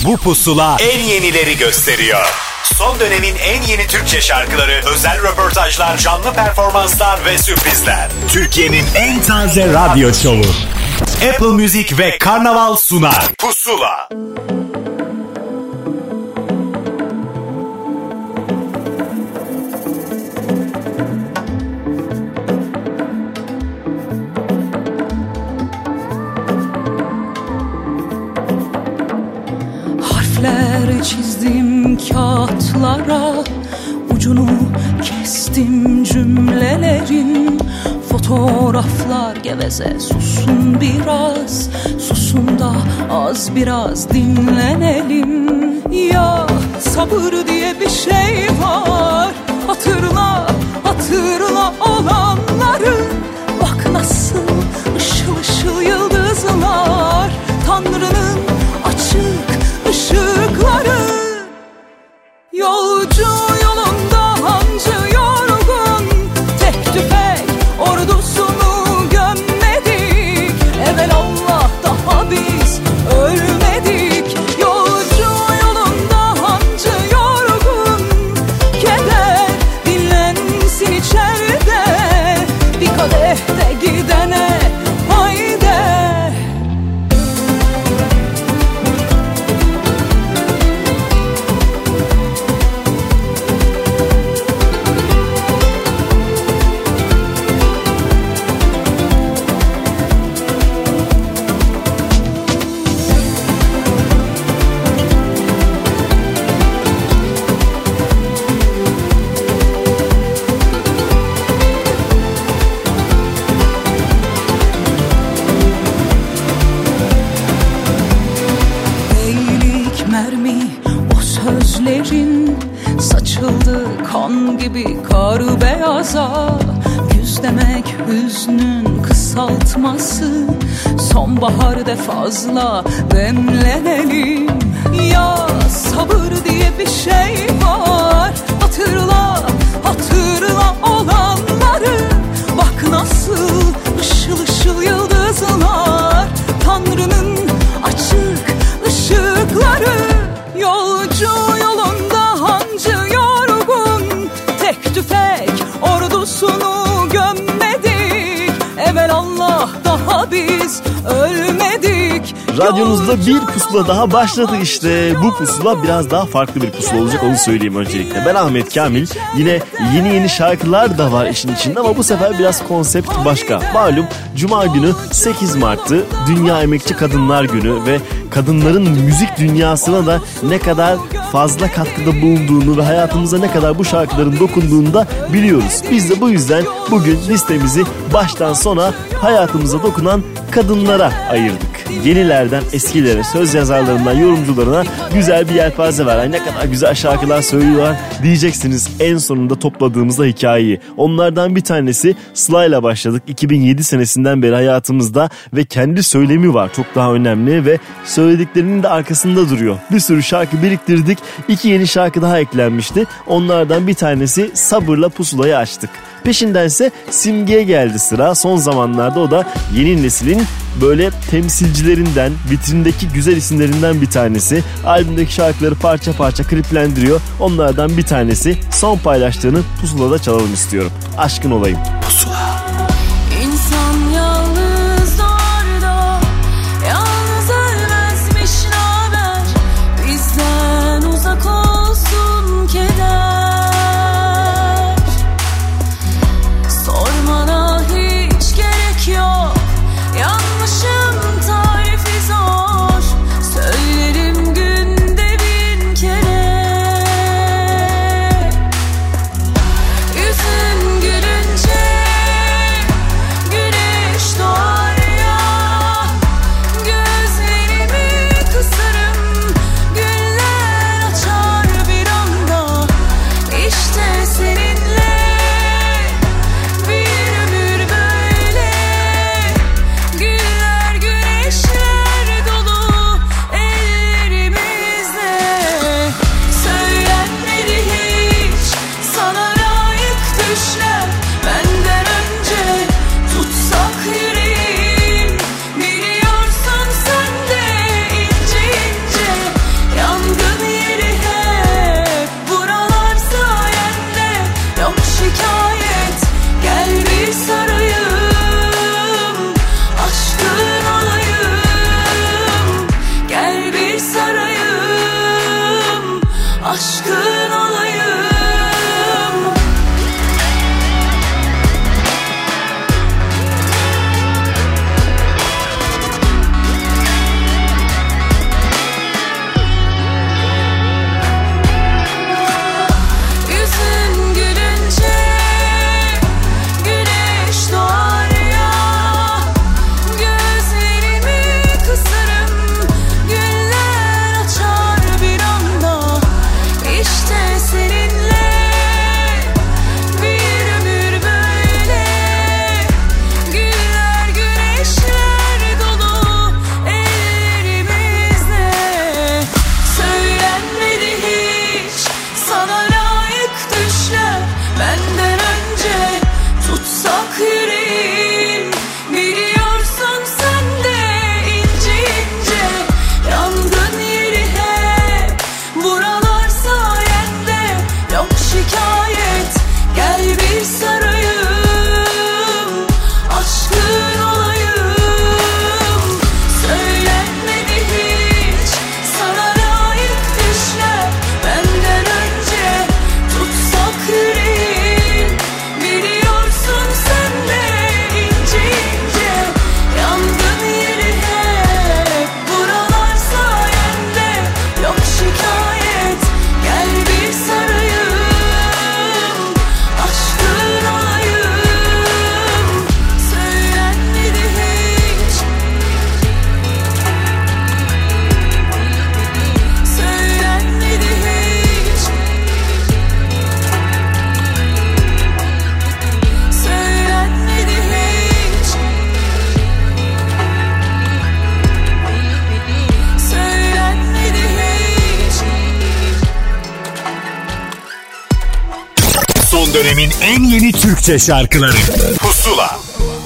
Bu pusula en yenileri gösteriyor. Son dönemin en yeni Türkçe şarkıları, özel röportajlar, canlı performanslar ve sürprizler. Türkiye'nin en taze radyo şovu. Apple Music ve Karnaval sunar. Pusula. Harfler çizdim kağıtlara, ucunu kestim cümlelerin. Fotoğraflar geveze, susun biraz, susun da az biraz dinlenelim. Ya sabır diye bir şey var, hatırla, hatırla olanları. Bak nasıl ışıl ışıl yıldızlar, Tanrı'nın açık ışıkları. Yolcu yolunda hancı yorgun, tek tüfek ordusunu gömmedik. Evelallah daha biz ölmedik. Yolcu yolunda hancı yorgun, keder dinlensin içeride. Bir kadeh de gidene haydi. Saçıldı kan gibi kar beyaza. Güz demek hüznün kısaltması. Sonbaharda fazla demlenelim. Ya sabır diye bir şey var, hatırla, hatırla olanları. Bak nasıl ışıl ışıl yıldızlar, Tanrı'nın açık ışıkları. Yolcu yolunda hancı yorgun, tek tüfek ordusunu gömmedik. Evelallah daha biz ölmedik. Radyonuzda bir pusula daha başladı işte. Bu pusula biraz daha farklı bir pusula olacak, onu söyleyeyim öncelikle. Ben Ahmet Kamil. Yine yeni şarkılar da var işin içinde ama bu sefer biraz konsept başka. Malum Cuma günü 8 Mart'tı. Dünya Emekçi Kadınlar Günü ve kadınların müzik dünyasına da ne kadar fazla katkıda bulunduğunu ve hayatımıza ne kadar bu şarkıların dokunduğunu da biliyoruz. Biz de bu yüzden bugün listemizi baştan sona hayatımıza dokunan kadınlara ayırdık. Yenilerden eskilere, söz yazarlarından yorumcularına güzel bir yelpaze var. Ay ne kadar güzel şarkılar söylüyorlar diyeceksiniz en sonunda topladığımızda hikayeyi. Onlardan bir tanesi Sıla'yla başladık. 2007 senesinden beri hayatımızda ve kendi söylemi var. Çok daha önemli ve söylediklerinin de arkasında duruyor. Bir sürü şarkı biriktirdik. 2 yeni şarkı daha eklenmişti. Onlardan bir tanesi Sabırla Pusulayı açtık. Peşindense Simge'ye geldi sıra. Son zamanlarda o da yeni neslin böyle temsilcilerinden, vitrindeki güzel isimlerinden bir tanesi. Albümdeki şarkıları parça parça kliplendiriyor. Onlardan bir tanesi son paylaştığını Pusula'da çalalım istiyorum. Aşkın Olayım. Pusula. Yüzün gülünce Son dönemin en yeni Türkçe şarkıları Pusula.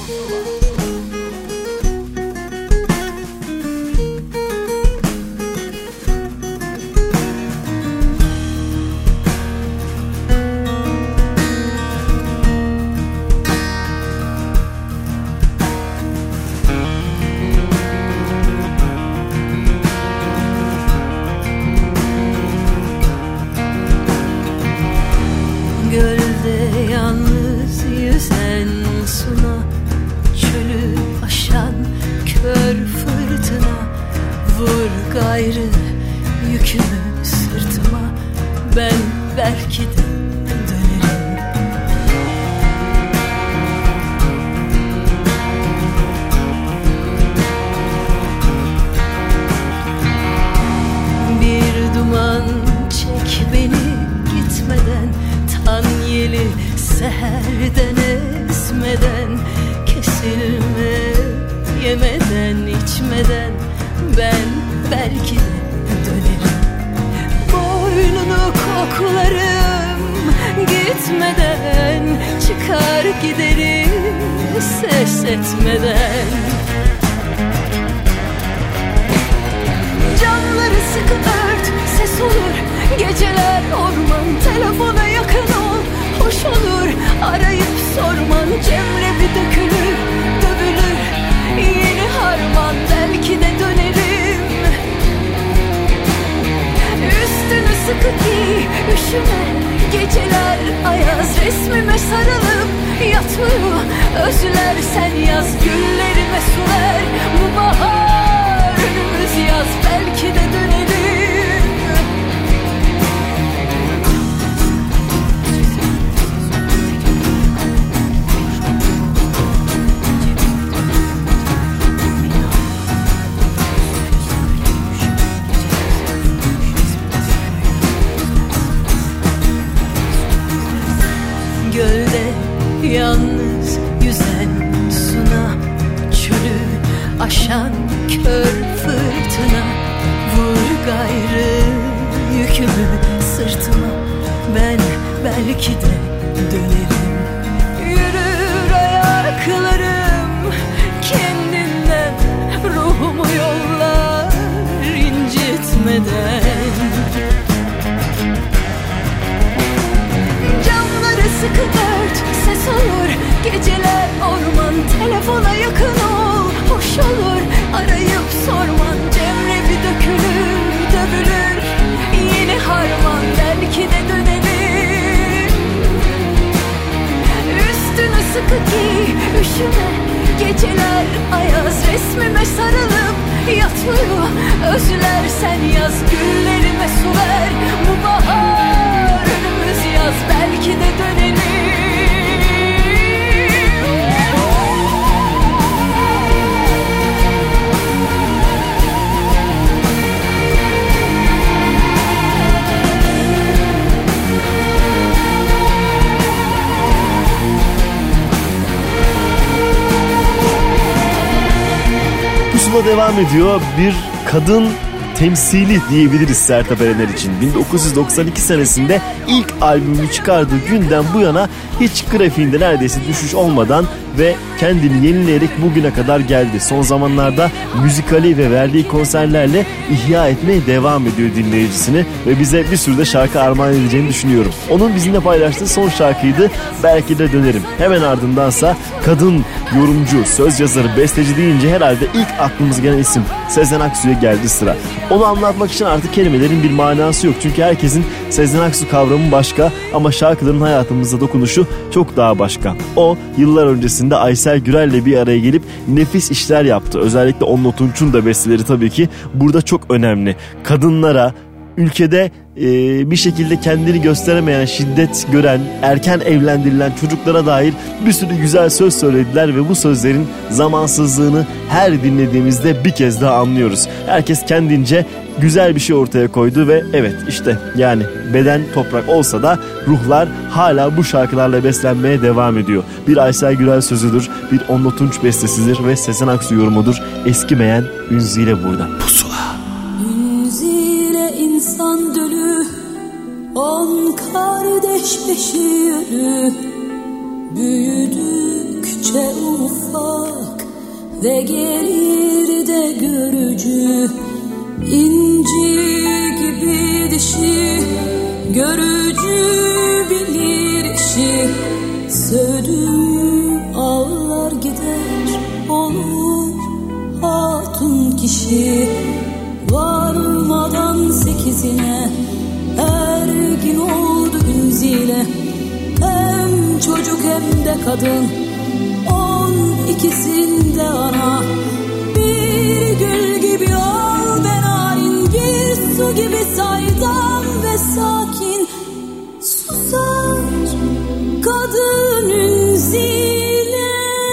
Devam ediyor. Bir kadın temsili diyebiliriz Sertab Erener için. 1992 senesinde ilk albümünü çıkardığı günden bu yana hiç grafiğinde neredeyse düşüş olmadan ve kendini yenileyerek bugüne kadar geldi. Son zamanlarda müzikali ve verdiği konserlerle ihya etmeye devam ediyor dinleyicisini ve bize bir sürü de şarkı armağan edeceğini düşünüyorum. Onun bizimle paylaştığı son şarkıydı Belki de Dönerim. Hemen ardındansa kadın yorumcu, söz yazarı, besteci deyince herhalde ilk aklımıza gelen isim Sezen Aksu'ya geldi sıra. Onu anlatmak için artık kelimelerin bir manası yok. Çünkü herkesin Sezen Aksu kavramı başka ama şarkıların hayatımızda dokunuşu çok daha başka. O yıllar öncesinde Aysel Gürel'le bir araya gelip nefis işler yaptı. Özellikle Onno Tunç'un da besteleri tabii ki burada çok önemli. Kadınlara, ülkede bir şekilde kendini gösteremeyen, şiddet gören, erken evlendirilen çocuklara dair bir sürü güzel söz söylediler ve bu sözlerin zamansızlığını her dinlediğimizde bir kez daha anlıyoruz. Herkes kendince güzel bir şey ortaya koydu ve evet işte yani beden toprak olsa da ruhlar hala bu şarkılarla beslenmeye devam ediyor. Bir Aysel Gürel sözüdür, bir Onno Tunç bestesidir ve Sezen Aksu yorumudur. Eskimeyen Ünzile burada. Pusula. Ünzile insan dölü On kardeş peşi yürü, büyüdükçe ufak ve gelir de görücü. İnci gibi dişi, görücü bilir işi. Söğüdüm ağlar gider, olur hatun kişi. Varmadan 8'ine ergin oldu ünzile. Hem çocuk hem de kadın, 12'sinde ana. Bir gül gibi ol ben narin, bir su gibi saydam ve sakin. Susar kadın ünzile.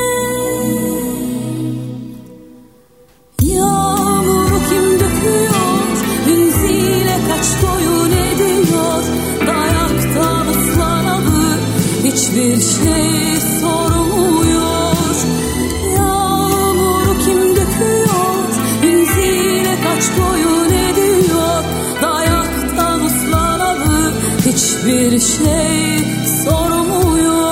Yağmuru kim döküyor, ünzile kaç koyun ediyor. Dayaktan ıslanalı hiçbir şey sormuyor. Yağmuru kim döküyor, ünzile kaç koyun ediyor. Dayaktan ıslanalı hiçbir şey sormuyor.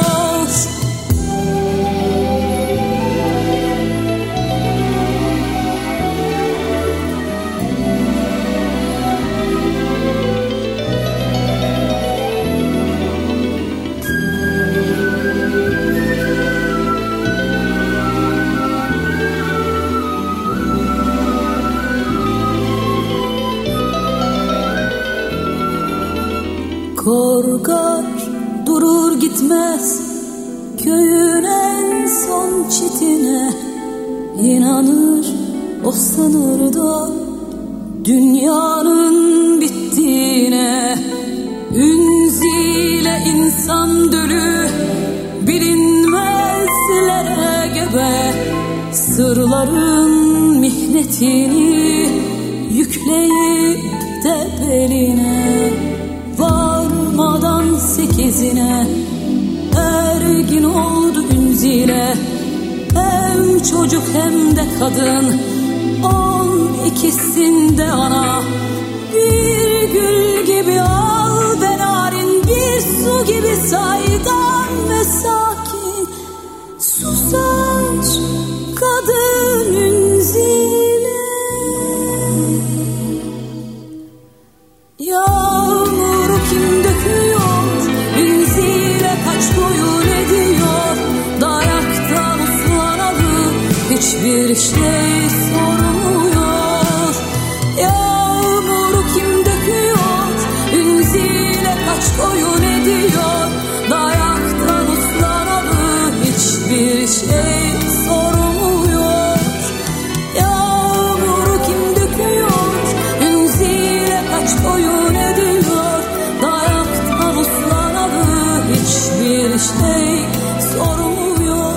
Korkar durur gitmez köyün en son çitine. İnanır o sınırda dünyanın bittiğine. Ünzile insan dölü, bilinmezlere gebe. Sırların mihnetini yükleyip de beline. Varmadan 8'ine ergin oldu ünzile. Hem çocuk hem de kadın, 12'sinde ana. Bir gül gibi al ben narin, bir su gibi saydam ve sakin. Susar kadın ünzile. Yağmuru kim döküyor, ünzile kaç koyun ediyor. Dayaktan ıslanalı hiçbir şey sormuyor. Yağmuru kim döküyor, ünzile kaç koyun ediyor. Dayaktan ıslanalı hiçbir şey sormuyor. Yağmuru kim döküyor, ünzile kaç koyun ediyor. Dayaktan ıslanalı hiçbir şey sormuyor.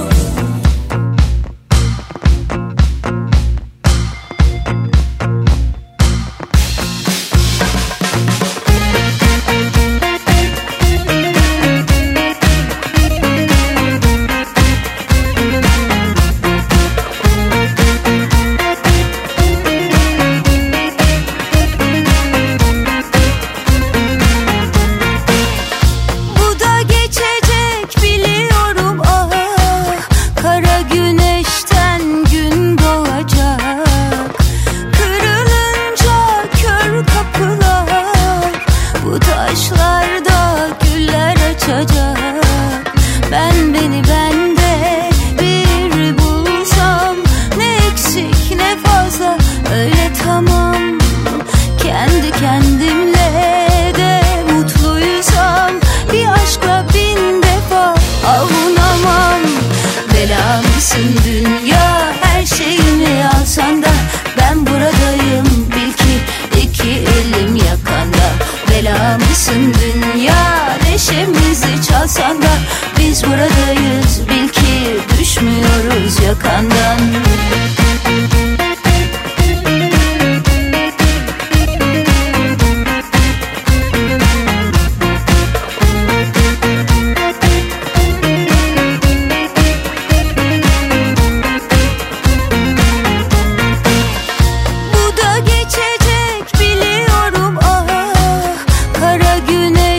Kara güneş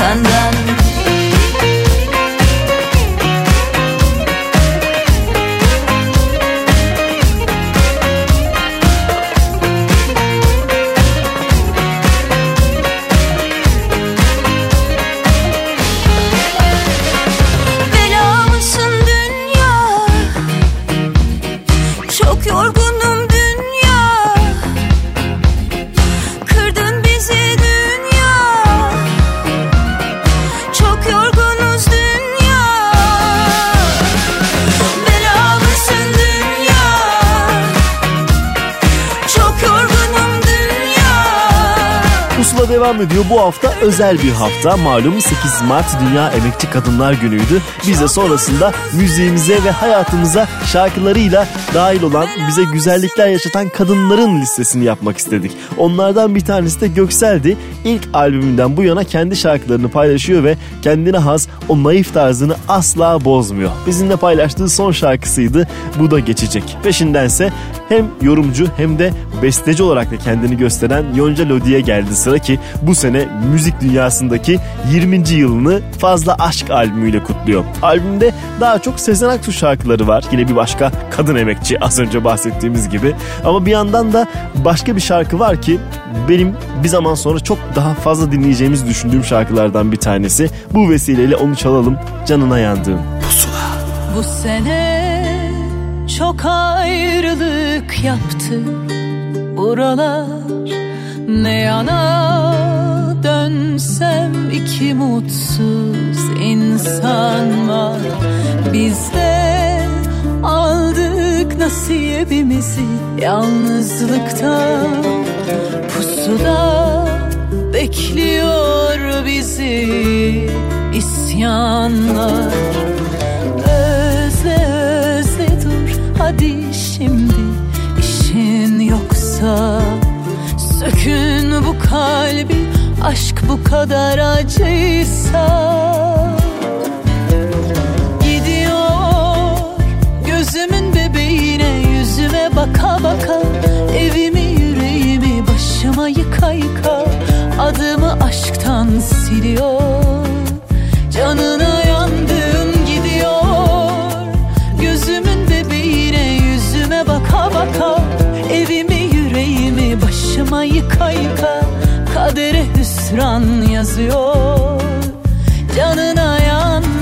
senden. Devam ediyor. Bu hafta özel bir hafta. Malum 8 Mart Dünya Emekçi Kadınlar Günü'ydü. Biz de sonrasında müziğimize ve hayatımıza şarkılarıyla dahil olan, bize güzellikler yaşatan kadınların listesini yapmak istedik. Onlardan bir tanesi de Göksel'di. İlk albümünden bu yana kendi şarkılarını paylaşıyor ve kendine has o naif tarzını asla bozmuyor. Bizimle paylaştığı son şarkısıydı. Bu da geçecek. Peşindense hem yorumcu hem de besteci olarak da kendini gösteren Yonca Lodi'ye geldi sıra ki bu sene müzik dünyasındaki 20. yılını Fazla Aşk albümüyle kutluyor. Albümde daha çok Sezen Aksu şarkıları var. Yine bir başka kadın emekçi, az önce bahsettiğimiz gibi. Ama bir yandan da başka bir şarkı var ki benim bir zaman sonra çok daha fazla dinleyeceğimizi düşündüğüm şarkılardan bir tanesi. Bu vesileyle onu çalalım. Canına Yandığım. Pusula. Bu sene çok ayrılık yaptı buralar. Ne yana dönsem iki mutsuz insan var. Biz de aldık nasibimizi yalnızlıktan. Pusuda bekliyor bizi isyanlar. Özle özle dur hadi şimdi, işin yoksa sökün bu kalbi, aşk bu kadar acıysa. Gidiyor gözümün bebeğine, yüzüme baka baka, evimi yüreğimi başıma yıka yıka, adımı aşktan siliyor. Canına yandım gidiyor, gözümün bebeğine, yüzüme baka baka, evimi yüreğimi başıma yıka yıka, kadere hüsran yazıyor. Canına yandım.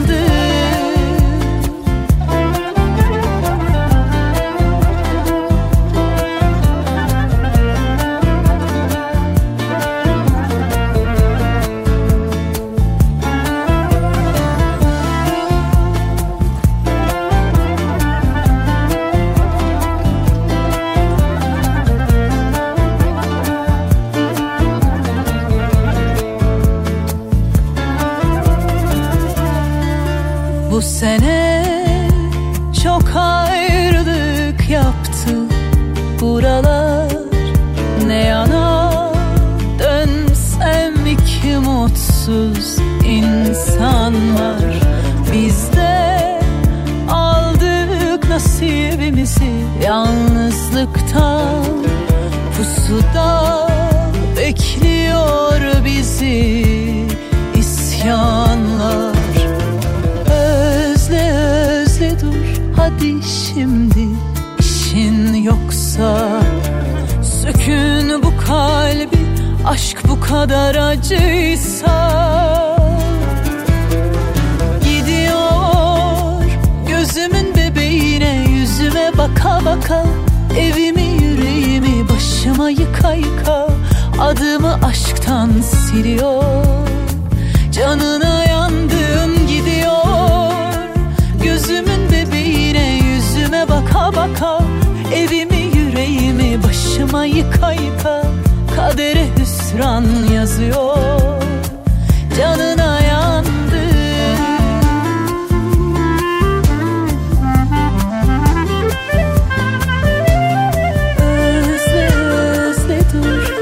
Bu sene çok ayrılık yaptı buralar. Ne yana dönsem iki mutsuz insan var. Biz de aldık nasibimizi yalnızlıktan. Pusuda bekliyor bizi isyanlar. Hadi şimdi, işin yoksa sökün bu kalbi, aşk bu kadar acıysa. Gidiyor gözümün bebeğine, yüzüme baka baka, evimi yüreğimi başıma yıka yıka, adımı aşktan siliyor. Canına yandım gidiyor, gözümün bebeğine, yüzüme baka baka, evimi yüreğimi başıma yıka yıka, kadere hüsran yazıyor. Canına yandım. Özle özle dur.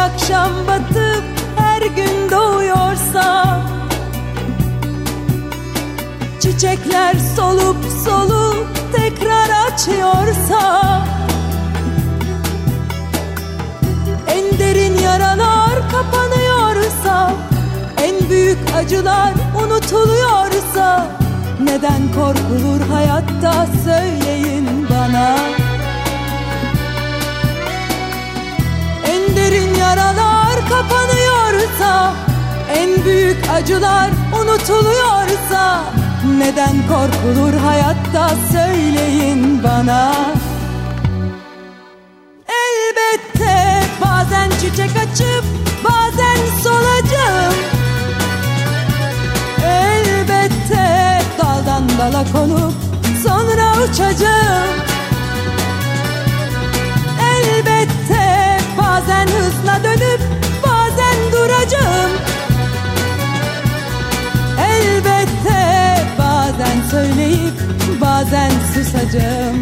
akşam batıp her gün doğuyorsa, çiçekler solup solup tekrar açıyorsa, en derin yaralar kapanıyorsa, en büyük acılar unutuluyorsa, neden korkulur hayatta söyleyin bana. En derin yaralar kapanıyorsa, en büyük acılar unutuluyorsa, neden korkulur hayatta söyleyin bana. Elbette bazen çiçek açıp bazen solacağım. Elbette daldan dala konup sonra uçacağım. Elbette bazen hızla dönüp bazen duracağım. Elbette bazen söyleyip bazen susacağım.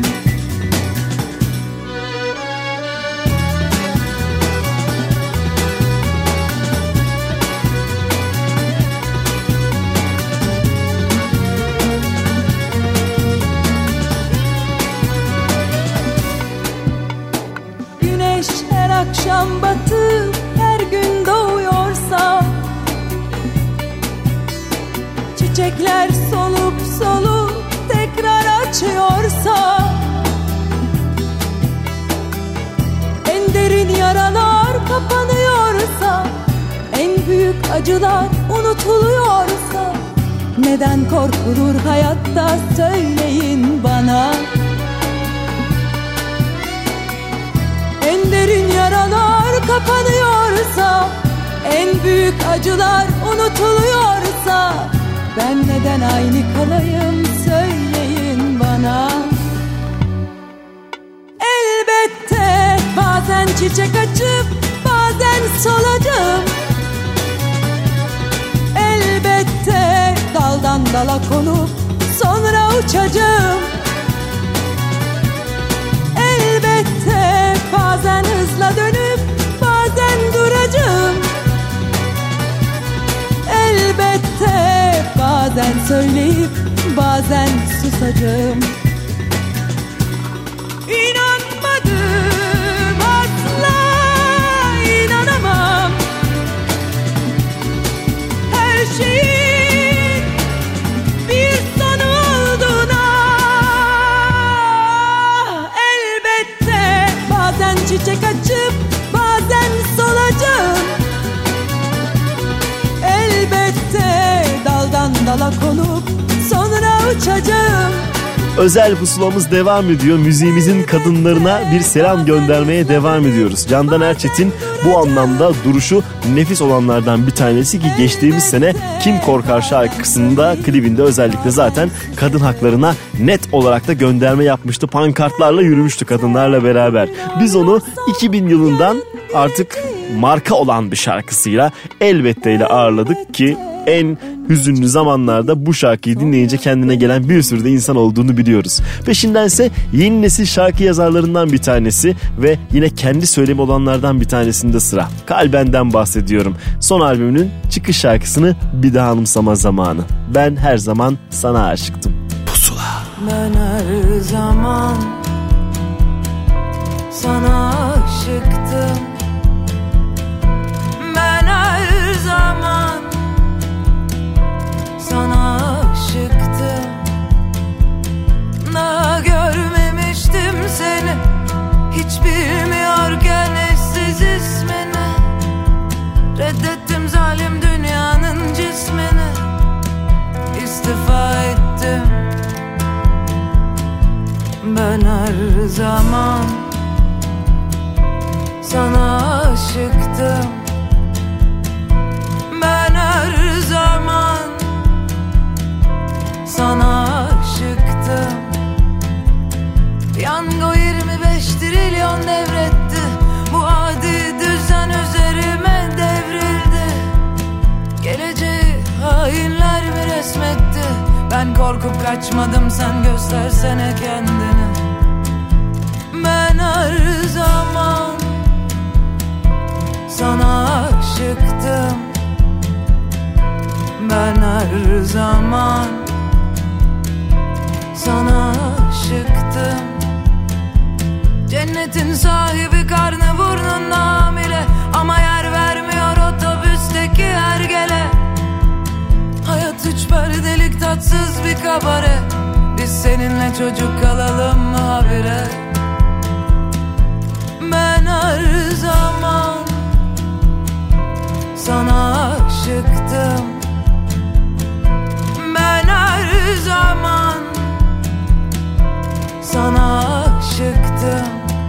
Güneş her akşam batıp her gün doğuyorsa, çiçekler solup solup tekrar açıyorsa, en derin yaralar kapanıyorsa, en büyük acılar unutuluyorsa, neden korkulur hayatta söyleyin bana. En derin yaralar kapanıyorsa, en büyük acılar unutuluyorsa, ben neden aynı kalayım söyleyin bana. Elbette bazen çiçek açıp bazen solacağım. Elbette daldan dala konup sonra uçacağım. Elbette bazen hızla dönüp bazen duracağım. Elbette bazen söyleyip bazen susacağım. İnanmadım, asla inanamam her şeyin bir sonu olduğuna. Elbette bazen çiçek açıp bazen solacağım. Elbette daldan dala konup sonra uçacağım. Özel pusulamız devam ediyor. Müziğimizin kadınlarına bir selam göndermeye devam ediyoruz. Candan Erçetin bu anlamda duruşu nefis olanlardan bir tanesi ki geçtiğimiz sene Kim Korkar şarkısında klibinde özellikle zaten kadın haklarına net olarak da gönderme yapmıştı. Pankartlarla yürümüştü kadınlarla beraber. Biz onu 2000 yılından artık marka olan bir şarkısıyla Elbette ile ağırladık ki en hüzünlü zamanlarda bu şarkıyı dinleyince kendine gelen bir sürü de insan olduğunu biliyoruz. Peşindense yeni nesil şarkı yazarlarından bir tanesi ve yine kendi söylemi olanlardan bir tanesinde sıra. Kalben'den bahsediyorum. Son albümünün çıkış şarkısını bir daha anımsama zamanı. Ben her zaman sana aşıktım. Pusula. Ben her zaman sana aşıktım. Ben her zaman sana aşıktım. Daha görmemiştim seni, hiç bilmiyorken eşsiz ismini. Reddettim zalim dünyanın cismini, istifa ettim. Ben her zaman sana aşıktım. Ben her zaman sana aşıktım. Piyango 25 trilyon devretti, bu adi düzen üzerime devrildi. Geleceği hainler mi resmetti? Ben korkup kaçmadım, sen göstersene kendini. Ben her zaman sana Ben her zaman sana aşıktım. Cennetin sahibi karnı burnunda hamile, ama yer vermiyor otobüsteki hergele. Hayat üç perdelik tatsız bir kabare. Biz seninle çocuk kalalım mı habire? Ben her zaman sana aşıktım. Ben her zaman sana aşıktım.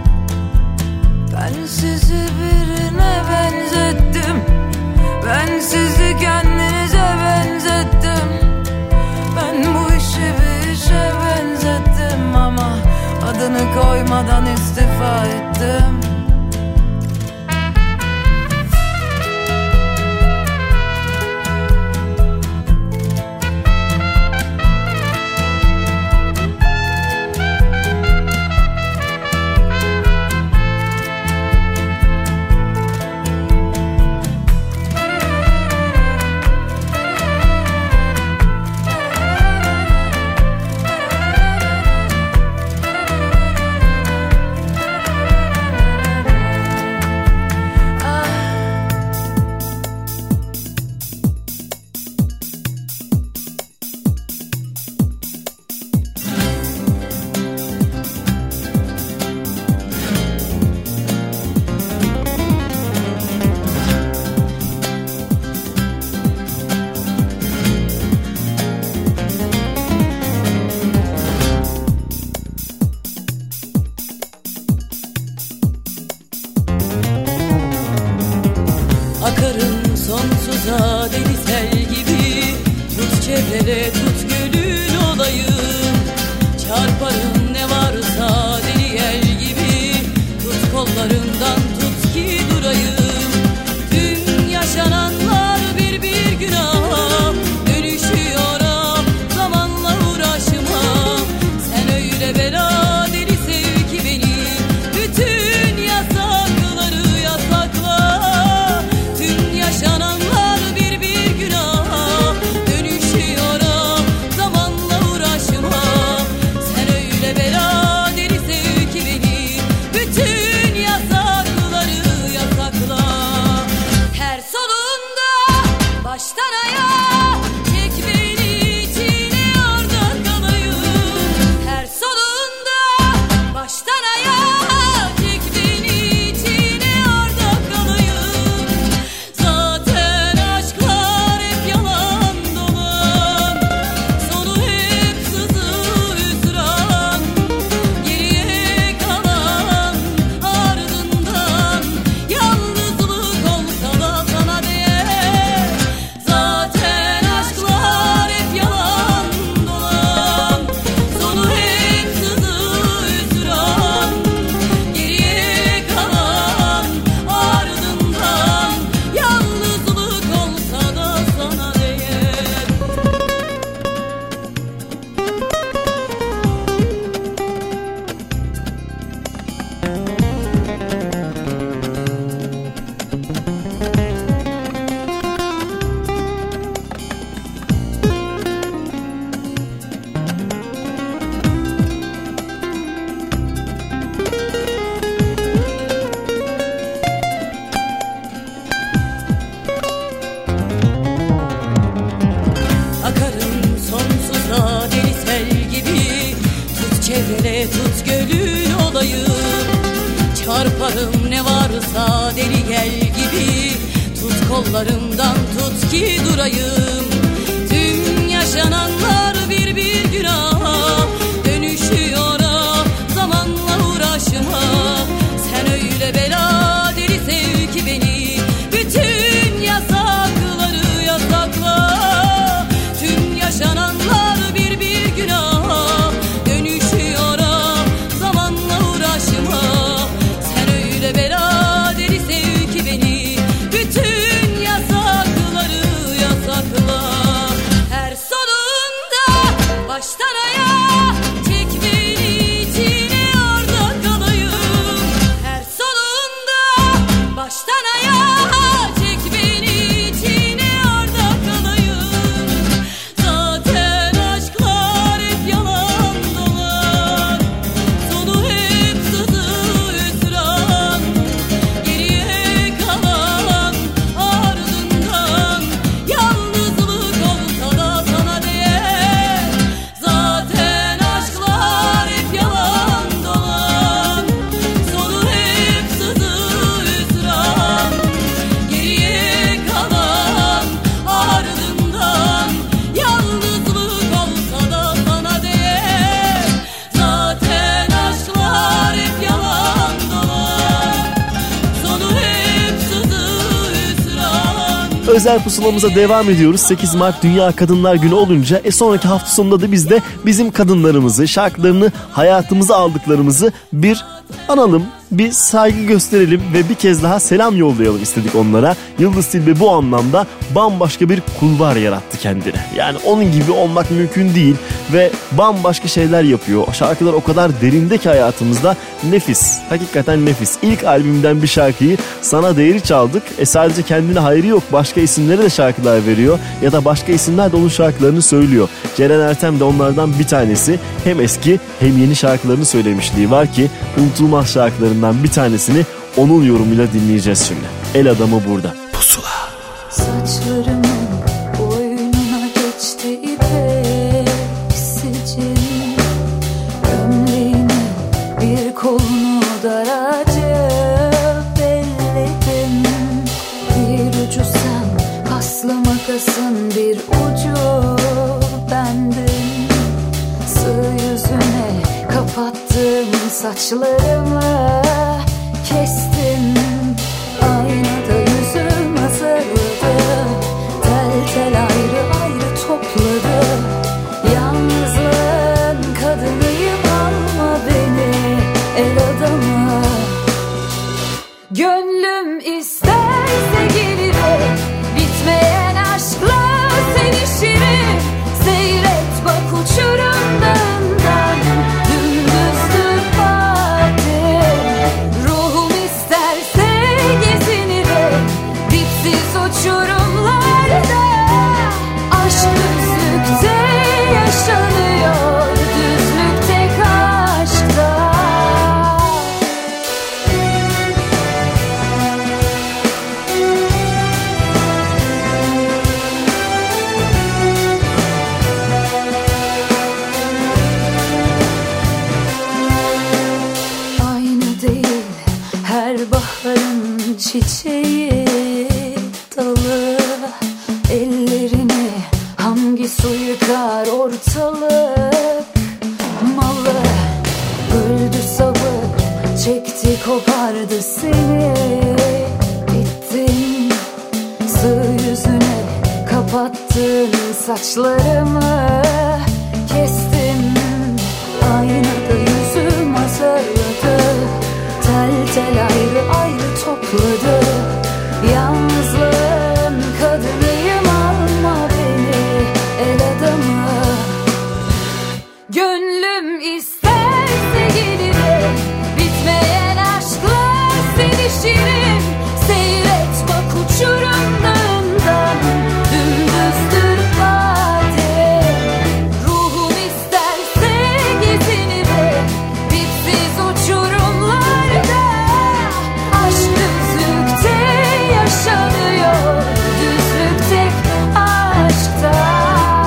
Ben sizi birine benzettim. Ben sizi kendinize benzettim. Ben bu işi bir işe benzettim, ama adını koymadan istifa ettim. Çarparım ne varsa deli gel gibi. Tut kollarımdan tut ki durayım. Tüm yaşananlar bir bir günah, dönüşüyor zamanla uğraşıma. Sen öyle bela deli sev ki beni, bütün yasakları yasakla. Tüm yaşananlar bir bir günah, dönüşüyor zamanla uğraşıma. Sen öyle bela deli sev ki beni, bütün yasakları yasakla. Her sonunda baştan özel pusulamıza devam ediyoruz. 8 Mart Dünya Kadınlar Günü olunca sonraki hafta sonunda da biz de bizim kadınlarımızı, şarkılarını hayatımıza aldıklarımızı bir analım, bir saygı gösterelim ve bir kez daha selam yollayalım istedik onlara. Yıldız Tilbe bu anlamda bambaşka bir kulvar yarattı kendine. Yani onun gibi olmak mümkün değil ve bambaşka şeyler yapıyor. Şarkılar o kadar derinde ki hayatımızda, nefis, hakikaten nefis. İlk albümden bir şarkıyı Sana Değeri çaldık. Sadece kendine hayrı yok, başka isimlere de şarkılar veriyor ya da başka isimler de onun şarkılarını söylüyor. Ceren Ertem de onlardan bir tanesi. Hem eski hem yeni şarkılarını söylemişliği var ki unutulmaz şarkılarından bir tanesini onun yorumuyla dinleyeceğiz şimdi. El Adamı burada. Pusula. Saçlarımın boynuna geçti ipek sicil, gömleğinin bir kolunu daracık belledim. Bir ucu sen, paslı makasın bir ucu bendim. Sığ yüzüne kapattım saçlarımı, kestim. Aynada yüzüm hazırladı, tel tel ayrı ayrı topladı. Yalnızlığın kadınıyım, alma beni el adamı. Gönlüm isterse gelirim, bitmeyen aşkla sevişirim. Seyret bak uçurumdan dümdüzdür bahtım. Ruhum isterse gezinirim dipsiz uçurumlarda. Aşk düzlükte yaşanıyor, düzlük tek aşkta. Aynı değil her baharın çiçeği dalı. Ellerini hangi su yıkar ortalık malı. Öldü sabır, çekti kopardı seni, bittin. Sığ yüzüne kapattın saçlarımı, kestim. Aynada yüzüm hazırladı, tel tel ayrı ayrı topladı. Yalnızlığın kadınıyım, alma beni el adamı. Gönlüm isterse gelirim, bitmeyen aşkla sevişirim. Seyret bak uçurumdan dümdüzdür bahtım. Ruhum isterse gezinirim dipsiz uçurumlarda. Aşk düzlükte yaşanıyor, düzlük tek aşkta.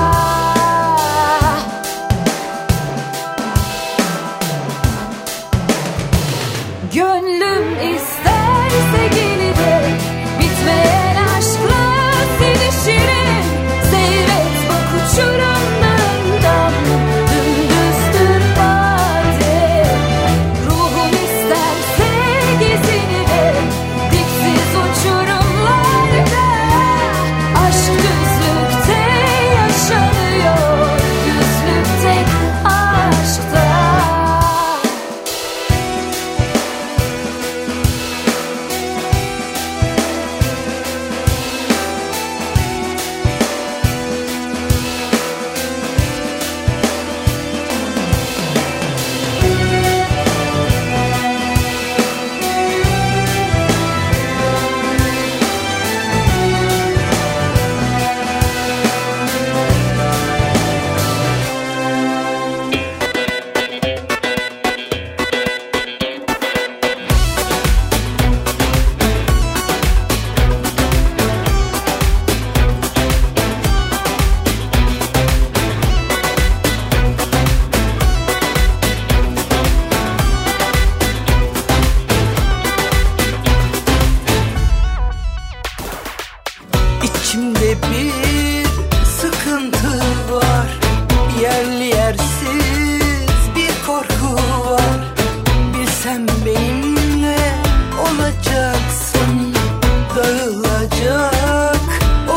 Gönlüm isterse gelirim, bitmeyen aşkla sevişirim. Seyret bak uçurumdan dümdüzdür bahtım. Ruhum isterse gezinirim dipsiz uçurumlarda. Aşk düzlükte yaşanıyor, düzlük tek aşkta. İçimde bir sıkıntı var, yerli yersiz bir korku var. Bilsem benimle olacaksın, dağılacak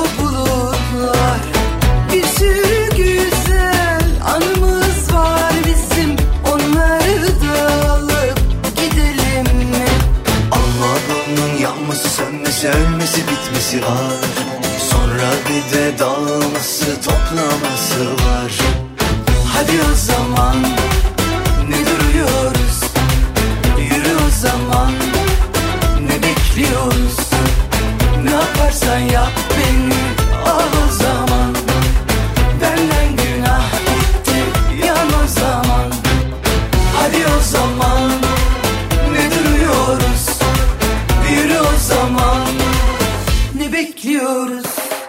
toplaması var. Hadi o zaman ne duruyoruz? Yürü o zaman, ne bekliyoruz? Ne yaparsan yap beni al o zaman. Benden günah gitti yan o zaman. Hadi o zaman ne duruyoruz? Yürü o zaman, ne bekliyoruz?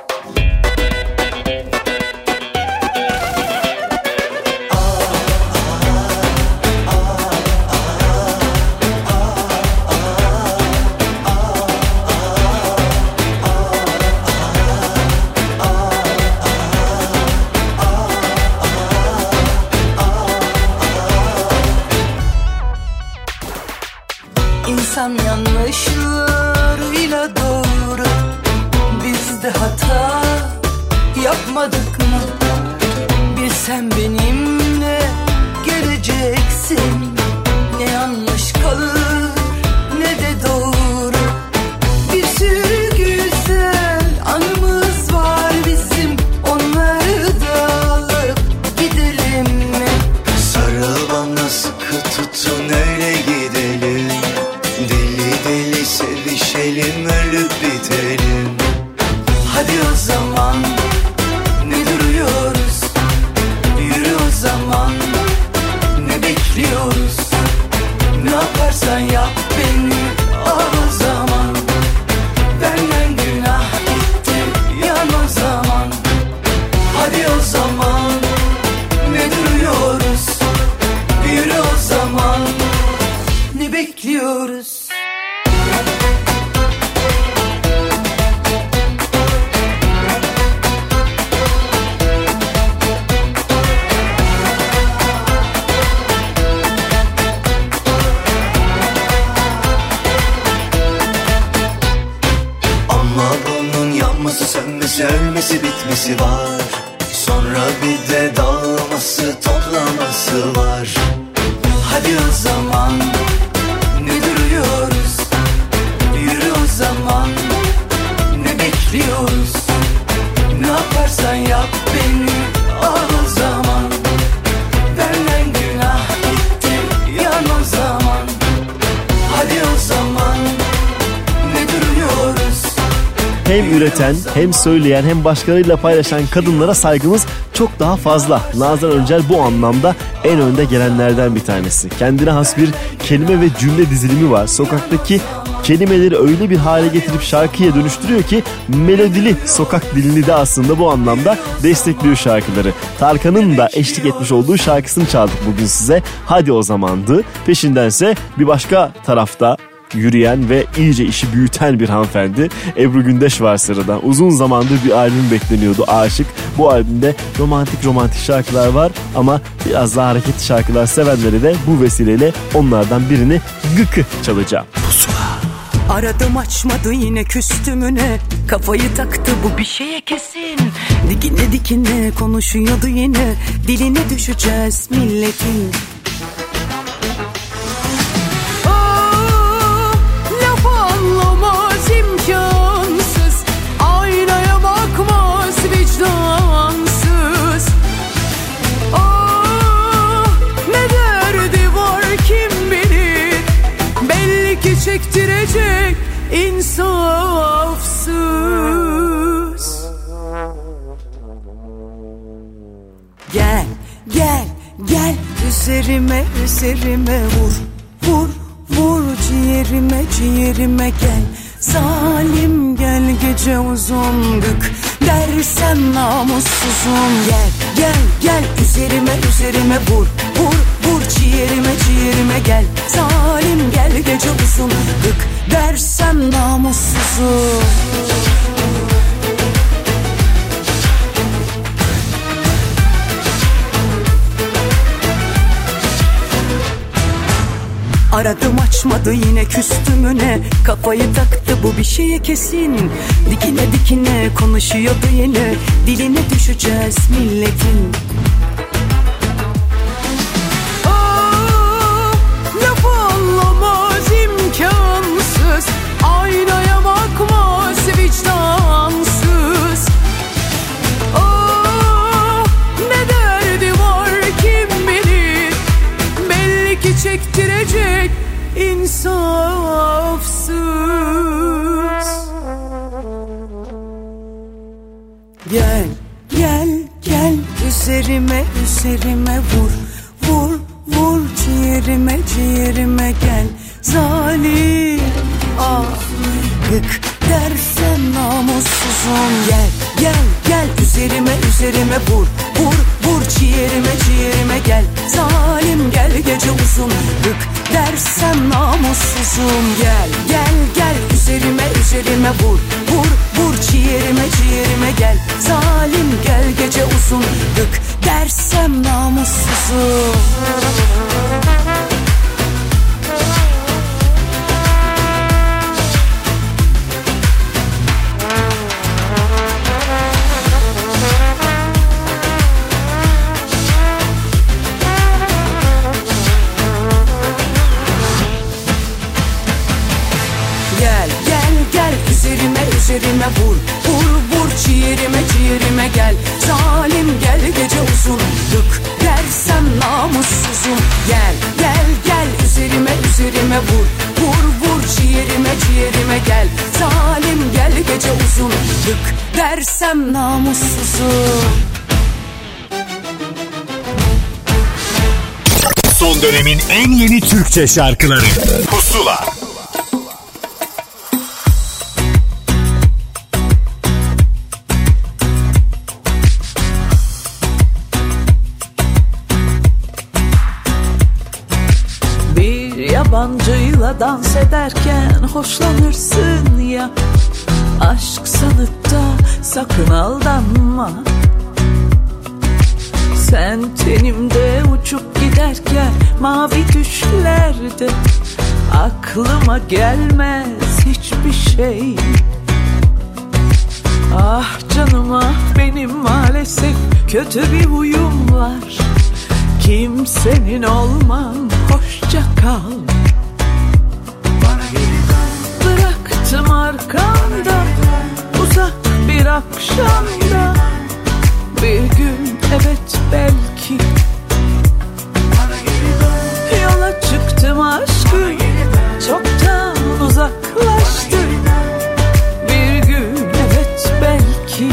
İnsan yanlışlarıyla doğru, biz de hata yapmadık mı? Bilsen benimle geleceksin, ne yanlış kalır ne de doğru. Bir sürü güzel anımız var bizim, onları da alıp gidelim mi? Sarıl bana sıkı tutun öyle gidelim. Deli deli sevişelim, ölüp bitelim. Hadi o zaman ne duruyoruz? Yürü o zaman, ne bekliyoruz? Ne yaparsan yap beni al o zaman. Benden günah gitti yan o zaman. Hadi o zaman ne duruyoruz? Yürü o zaman, ne bekliyoruz? Ama bunun yanması, sönmesi, ölmesi, bitmesi var. Sonra bir de dağılması, toplaması var. Hadi o zaman ne duruyoruz? Yürü o zaman, ne bekliyoruz? Ne yaparsan yap beni al o zaman. Benden günah gitti yan o zaman. Hadi o zaman ne duruyoruz? Hem üreten, hem söyleyen, hem başkalarıyla paylaşan kadınlara saygımız çok daha fazla. Nazan Öncel bu anlamda en önde gelenlerden bir tanesi. Kendine has bir kelime ve cümle dizilimi var. Sokaktaki kelimeleri öyle bir hale getirip şarkıya dönüştürüyor ki melodili sokak dilini de aslında bu anlamda destekliyor şarkıları. Tarkan'ın da eşlik etmiş olduğu şarkısını çaldık bugün size. Hadi o zamandı. Peşindense bir başka tarafta yürüyen ve iyice işi büyüten bir hanımefendi Ebru Gündeş var sırada. Uzun zamandır bir albüm bekleniyordu, Aşık. Bu albümde romantik şarkılar var ama biraz daha hareketli şarkılar sevenleri de bu vesileyle onlardan birini Gıkı çalacağım. Aradım açmadı yine küstümüne, kafayı taktı bu bir şeye kesin. Dikine dikine konuşuyordu yine, diline düşeceğiz milletin. Anlamaz imkansız, aynaya bakmaz vicdansız. Ah, ne derdi var kim bilir, belli ki çektirecek insafsız. Gel gel gel üzerime vur vur vur ciğerime gel. Zalim gel gece uzun gık dersem namussuzum. Gel gel gel üzerime vur vur vur ciğerime gel. Zalim gel gece uzun gık dersem namussuzum. Aradım açmadı yine küstümüne, kafayı taktı bu bir şeye kesin. Dikine dikine konuşuyordu yine, diline düşeceğiz milletin. Laf anlamaz imkansız, aynaya bakmaz vicdansız. çektirecek insafsız. Gel, gel, gel üzerime, üzerime vur, vur, vur ciğerime, ciğerime gel. Zalim, ah, hık dersen namussuzum. Gel, gel, gel üzerime, üzerime vur, vur, vur ciğerime, ciğerime gel. Zalim gel gece uzun, hık dersem namussuzum. Gel, gel, gel üzerime, üzerime vur, vur, vur ciğerime, ciğerime gel. Zalim gel gece uzun, hık dersem namussuzum. Üzerime vur, vur, vur ciğerime, ciğerime gel. Zalim gel gece uzun, hık dersem namussuzum. Gel, gel, gel üzerime, üzerime vur, vur, vur ciğerime, ciğerime gel. Zalim gel gece uzun, hık dersem namussuzum. Son dönemin en yeni Türkçe şarkıları Pusula. Yabancıyla dans ederken hoşlanırsın ya. Aşk sanıp da sakın aldanma. Sen tenimde uçup giderken mavi düşlerde aklıma gelmez hiçbir şey. Ah canım ah benim maalesef kötü bir huyum var. Kimsenin olmam, hoşça kal. Bıraktım arkamda uzak bir akşamda. Bir gün evet belki yola çıktım aşkım, çoktan uzaklaştı. Bir gün evet belki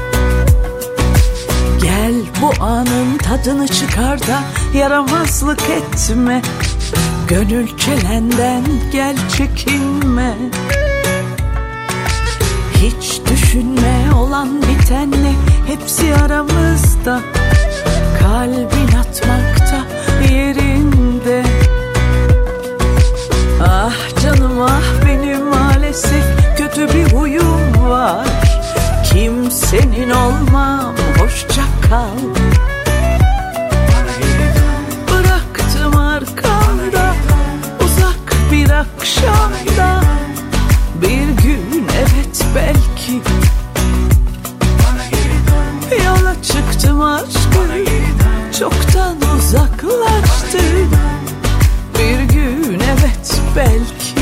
gel bu anın tadını çıkar da yaramazlık etme. Gönül çelenden gel çekinme. Hiç düşünme olan bitenle hepsi aramızda. Kalbin atmakta yerinde. Ah canım ah benim maalesef kötü bir huyum var. Kimsenin olmam, hoşça kal. Bıraktım arkamda uzak bir akşamda. Bir gün evet belki yola çıktım aşkım, çoktan uzaklaştı. Bir gün evet belki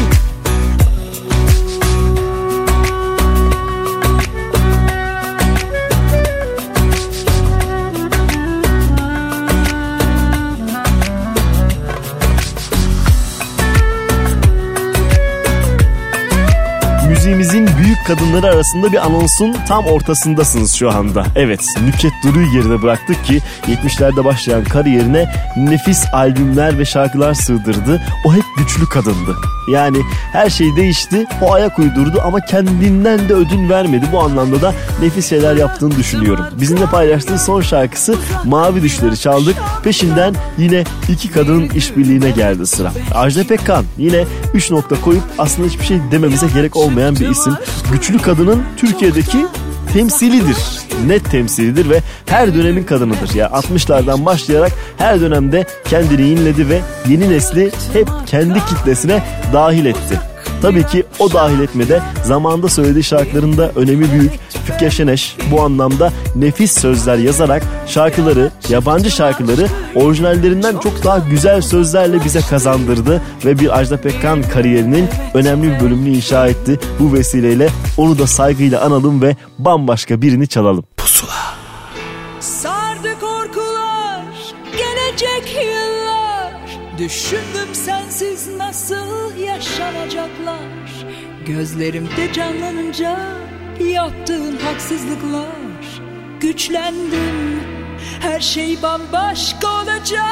müziğimizin büyük kadınları arasında bir anonsun tam ortasındasınız şu anda. Evet, Nükhet Duru'yu geride bıraktık ki 70'lerde başlayan kariyerine nefis albümler ve şarkılar sığdırdı. O hep güçlü kadındı. Yani her şey değişti, o ayak uydurdu ama kendinden de ödün vermedi. Bu anlamda da nefis şeyler yaptığını düşünüyorum. Bizimle paylaştığı son şarkısı Mavi Düşleri çaldık. Peşinden yine iki kadının işbirliğine geldi sıra. Ajda Pekkan yine 3 nokta koyup aslında hiçbir şey dememize gerek olmayan bir isim. Güçlü kadının Türkiye'deki temsilidir. Net temsilidir ve her dönemin kadınıdır. Ya 60'lardan başlayarak her dönemde kendini yinledi ve yeni nesli hep kendi kitlesine dahil etti. Tabii ki o dahil etmede zamanında söylediği şarkılarında önemi büyük. Fükke Şeneş bu anlamda nefis sözler yazarak şarkıları, yabancı şarkıları orijinallerinden çok daha güzel sözlerle bize kazandırdı ve bir Ajda Pekkan kariyerinin önemli bir bölümünü inşa etti. Bu vesileyle onu da saygıyla analım ve bambaşka birini çalalım. Pusula. Sardı korkular, gelecek yıllar, Düşündüm sensiz nasıl yaşanacaklar. Gözlerimde canlanınca yaptığın haksızlıklar. Güçlendim, her şey bambaşka olacak.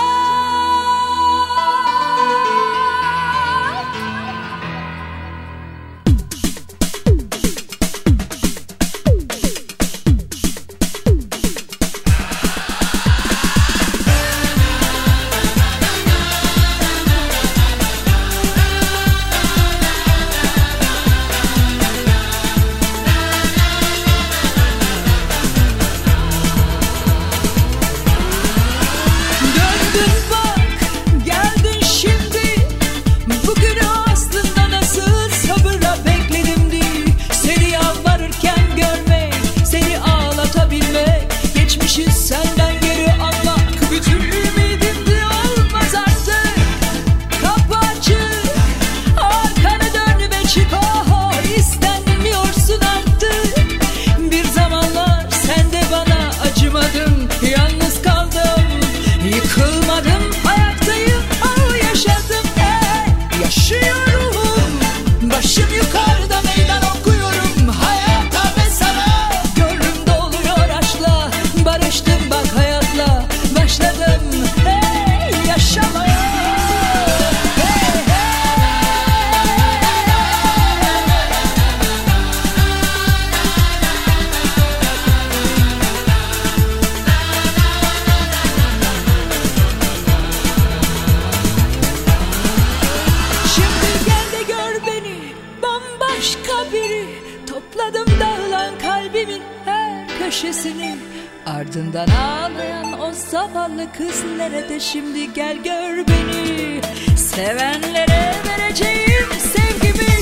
Ardından ağlayan o zavallı kız nerede şimdi, gel gör beni. Sevenlere vereceğim sevgimi,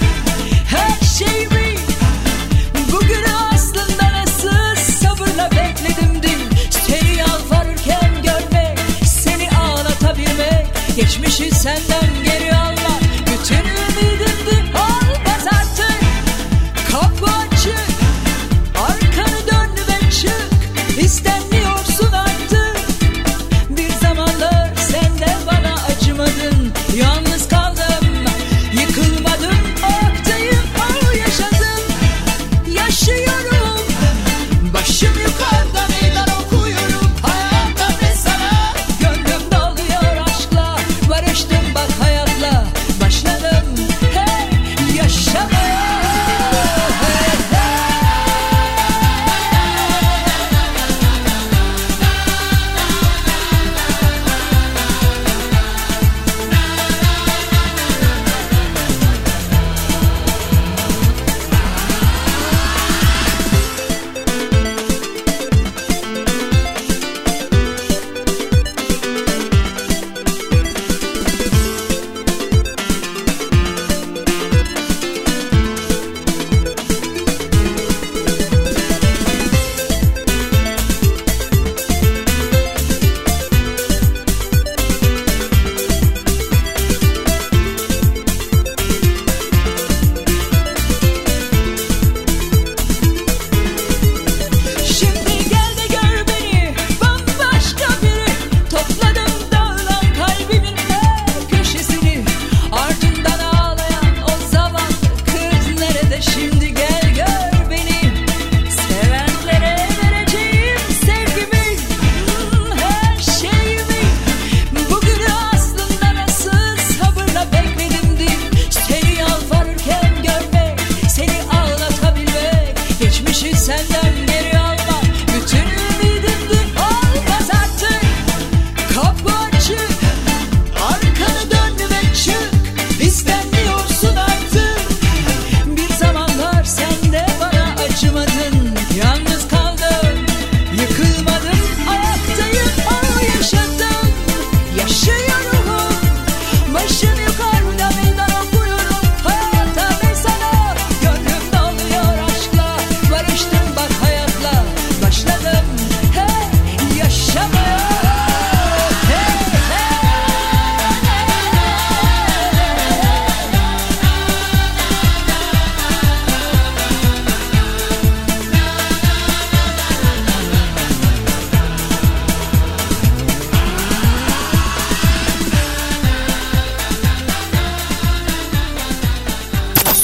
her şeyimi. Bugünü aslında nasıl sabırla bekledim dün. Seni yalvarırken görmek, seni ağlatabilmek, geçmişi senden geri almak. Bütün ümidimdi, olmaz artık. Kapı açık, arkanı dön ve çık. İstemiyorsun artık. Bir zamanlar sen de bana acımadın. Yalnız kaldım, yıkılmadım. Ayaktayım, yaşadım, yaşıyorum. Başım yukarıda meydan okuyorum hayata ve sana. Gönlüm doluyor aşkla, barıştım bak hayata.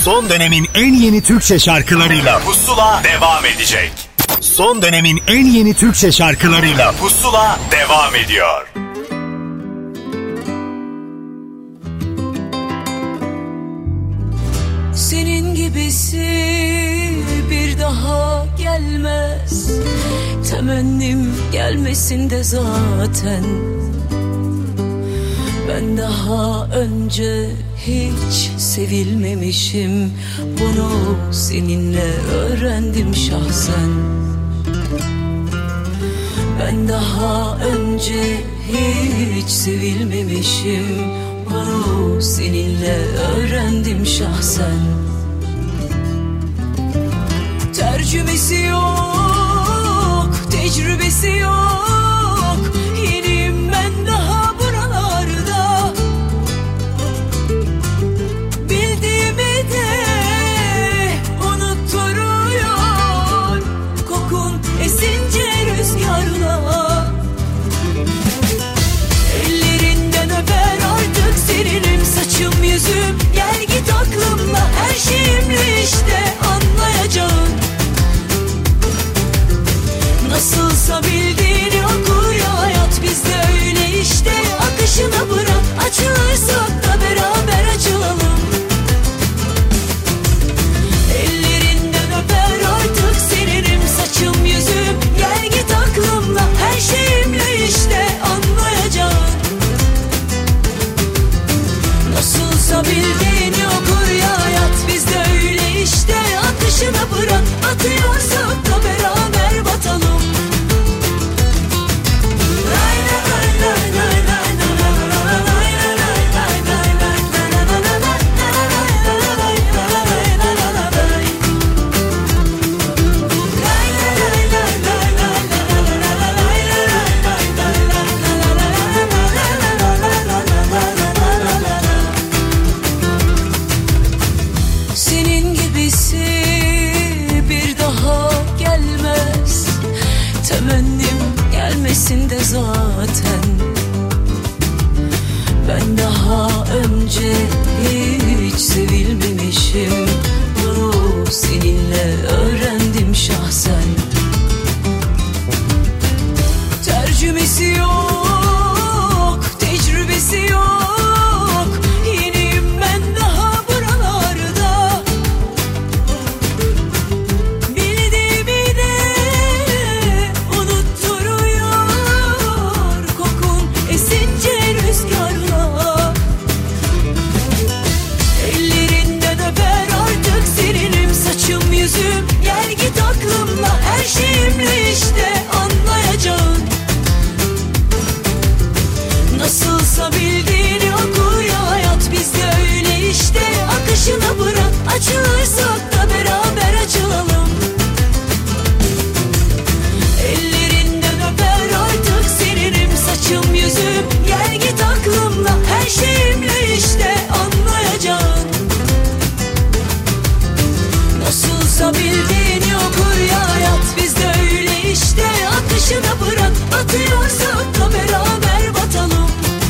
Son dönemin en yeni Türkçe şarkılarıyla Pusula devam edecek. Son dönemin en yeni Türkçe şarkılarıyla Pusula devam ediyor. Senin gibisi bir daha gelmez. Temennim gelmesin de zaten. Ben daha önce hiç sevilmemişim. Bunu seninle öğrendim şahsen. Ben daha önce hiç sevilmemişim. Bunu seninle öğrendim şahsen. Tercümesi yok, tecrübesi yok. Yeniyim ben daha buralarda. Bildiğimi de unutturuyor. Kokun esince rüzgarla. Ellerinden öper artık serinim saçım yüzüm. Gel git aklımla her şeyimle işte anlayacağım. Nasılsa bildiğini okur ya hayat bizde öyle işte. Akışına bırak açılırsak da beraber açılalım. Ellerinden öper artık serinim saçım yüzüm. Gel git aklımla her şeyimle işte anlayacağım. Nasılsa bildiğini okur ya hayat bizde öyle işte. Akışına bırak atıyorsak da beraber batalım. Senin gibisi bir daha gelmez. Temennim gelmesin de zaten. Ben daha önce hiç sevilmemişim. Bunu seninle öğrendim şahsen. Tercümesi yok, tecrübesi yok. Yeniyim ben daha buralarda. Bildiğimi de unutturuyor. Kokun esince rüzgarla. Ellerinden öper artık serinim saçım yüzüm. Gel git aklımla her şeyimle işte anlayacağım. Nasılsa bildiğini okur ya hayat bizde öyle işte. Akışına bırak açılırsak da beraber açılalım. Ellerinden öper artık serinim saçım yüzüm. Gel git aklımla her şeyimle işte anlayacağım. Nasılsa bildiğini okur ya hayat bizde öyle işte. Akışına bırak atıyorsak da beraber batalım.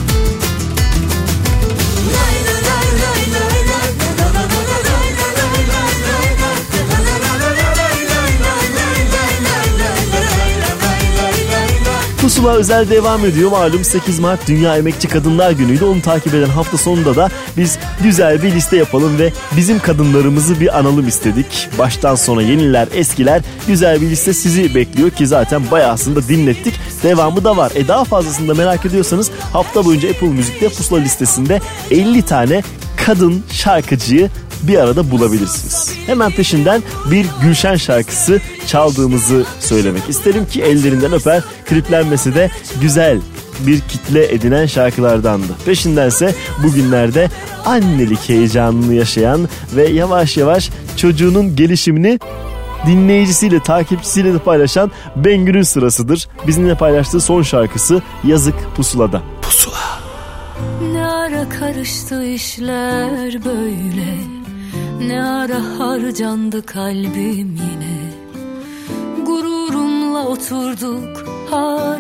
Pusula özel devam ediyor. Malum 8 Mart Dünya Emekçi Kadınlar Günü'ydü. Onu takip eden hafta sonunda da biz güzel bir liste yapalım ve bizim kadınlarımızı bir analım istedik. Baştan sona yeniler, eskiler, güzel bir liste sizi bekliyor ki zaten bayağısını da dinlettik. Devamı da var. Daha fazlasını da merak ediyorsanız hafta boyunca Apple Müzik'te Pusula listesinde 50 tane kadın şarkıcıyı bir arada bulabilirsiniz. Hemen peşinden bir Gülşen şarkısı çaldığımızı söylemek isterim ki ellerinden öper, kliplenmesi de güzel bir kitle edinen şarkılardandı. Peşindense bugünlerde annelik heyecanını yaşayan ve yavaş yavaş çocuğunun gelişimini dinleyicisiyle, takipçisiyle de paylaşan Bengü'nün sırasıdır. Bizimle paylaştığı son şarkısı Yazık Pusula'da. Pusula. Ne ara karıştı işler böyle, ne ara harcandı kalbim yine. Gururumla oturduk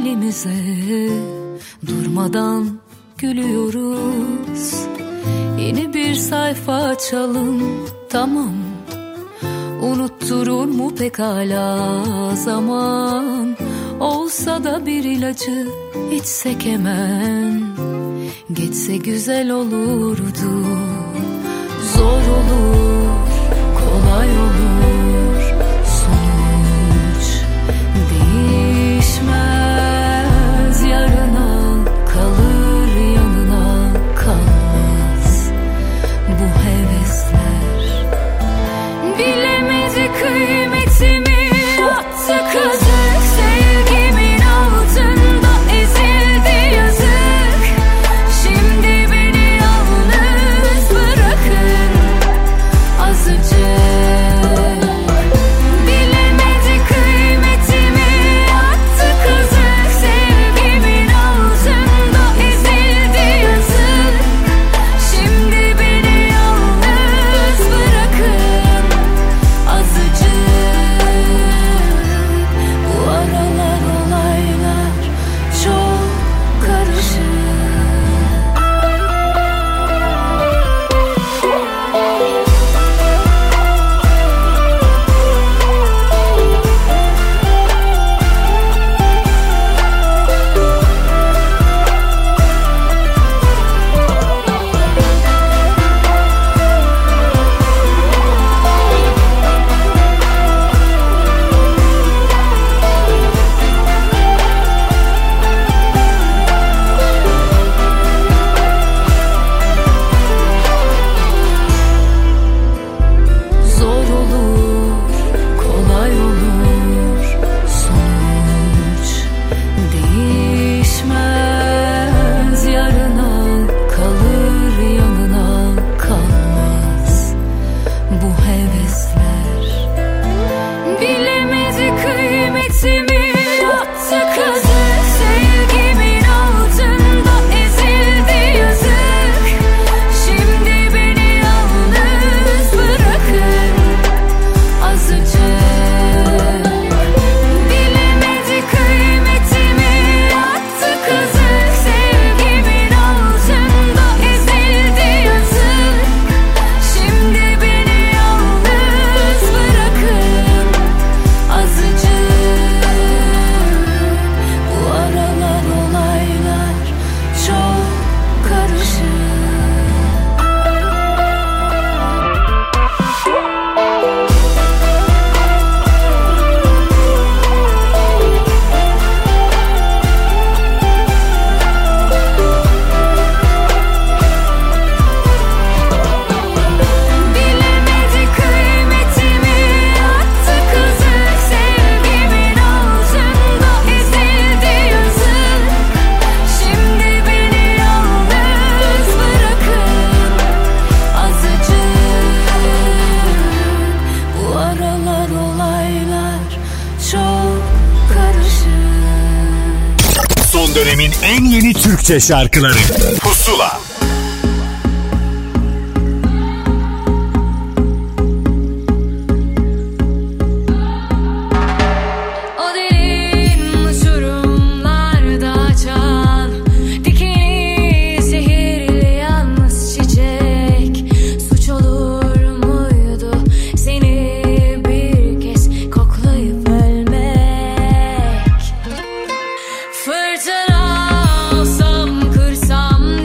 halimize, durmadan gülüyoruz. Yeni bir sayfa açalım, tamam. Unutturur mu pekala zaman? Olsa da bir ilacı içsek hemen, geçse güzel olurdu. Zor olur, kolay olur, sonuç değişmez. Yarına kalır, yanına kalmaz bu hevesler. Bilemedi kıymetimi, attı kazık sevgimin altında, ezildi yazık. Şimdi beni yalnız bırakın azıcık. Bilemedi kıymetimi, attı kazık sevgimin altında, ezildi yazık. Şimdi beni yalnız bırakın azıcık. Bu aralar olaylar çok karışık. Zor olur, kolay olur, sonuç değişmez. Yarına kalır, yanına kalmaz bu hevesler. Bilemedi kıymetimi, attı kazık sevgimin altında, ezildi yazık. Şimdi beni yalnız bırakın azıcık. Bilemedi kıymetimi, attı kazık sevgimin altında, ezildi yazık. Şimdi beni yalnız bırakın azıcık. Bu aralar olaylar çok karışık. Bilemedi kıymetimi, attı kazık sevgimin altında, ezildi yazık. Şimdi beni yalnız bırakın azıcık. Bu aralar olaylar çok karışık. Son dönemin en yeni Türkçe şarkıları Pusula. O derin uçurumlarda açan dikeni zehirli yalnız çiçek. Suç olur muydu seni bir kez koklayıp ölmek? Fırtına olsam, kırsam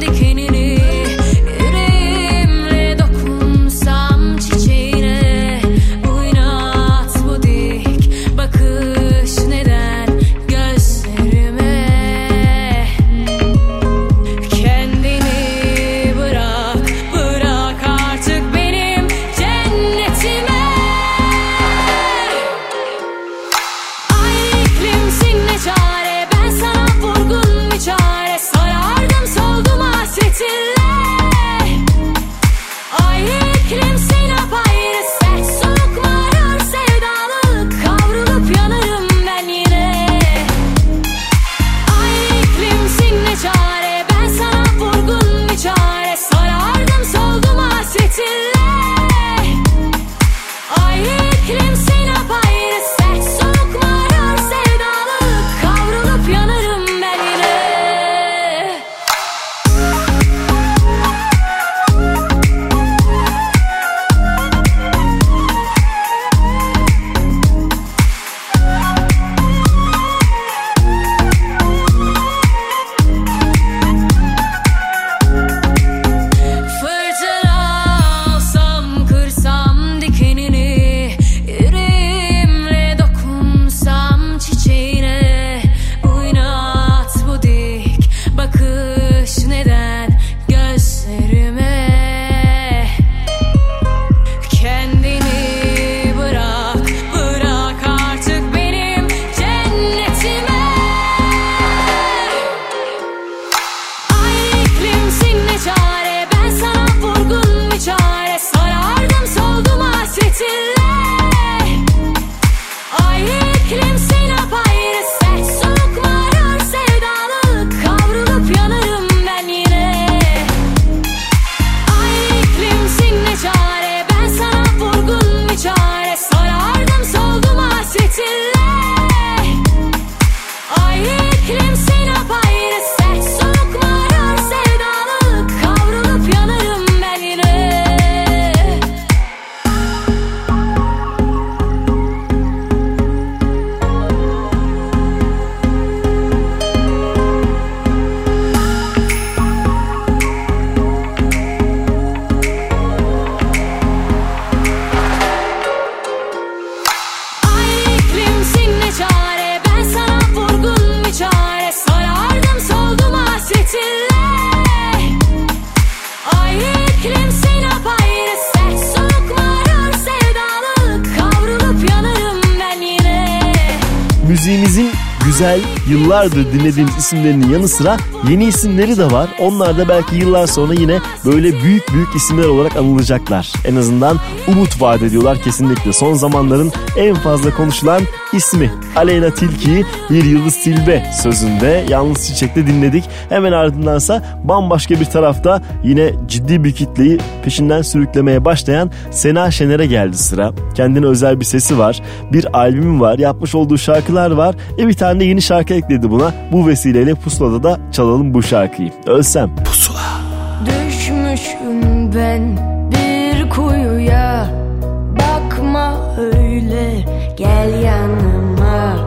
müziğimizin güzel, yıllardır dinlediğimiz isimlerinin yanı sıra yeni isimleri de var. Onlar da belki yıllar sonra yine böyle büyük büyük isimler olarak anılacaklar. En azından umut vaat ediyorlar kesinlikle. Son zamanların en fazla konuşulan ismi Aleyna Tilki'yi Bir Yıldız Tilbe sözünde Yalnız Çiçek'te dinledik. Hemen ardındansa bambaşka bir tarafta yine ciddi bir kitleyi peşinden sürüklemeye başlayan Sena Şener'e geldi sıra. Kendine özel bir sesi var, bir albümü var, yapmış olduğu şarkılar var. Bir tane de yeni şarkı ekledi buna. Bu vesileyle Pusula'da da çalalım bu şarkıyı. Ölsem. Pusula. Düşmüşüm ben bir kuyuya, bakma öyle, gel yanıma.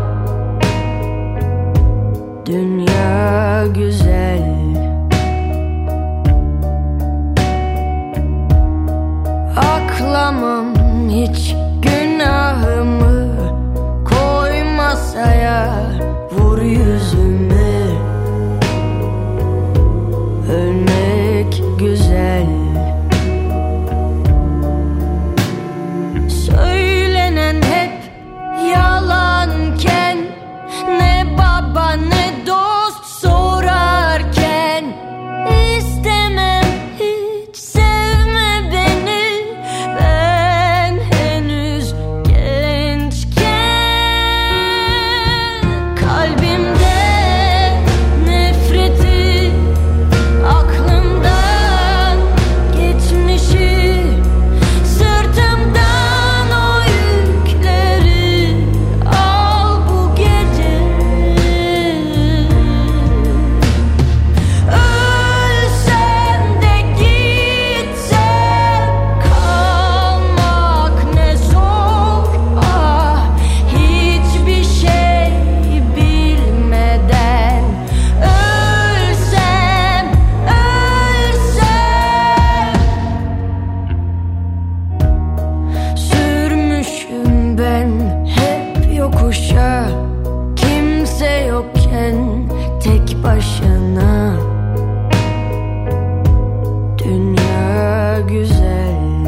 Dünya güzel, aklamam hiç günahımı, koy masaya, vur yüzüme. Ölmek güzel, söylenen hep yalanken, ne baba ne dost sorarken, istemem hiç, sevme beni, ben henüz gençken. Kalbimde nefreti, aklımdan geçmişi, sırtımdan o yükleri al bu gece. Ölsem de gitsem, kalmak ne zor, ah, hiçbir şey bilmeden. Ölsem, sürmüşüm ben hep yokuşa, kimse yokken tek başına. Dünya güzel,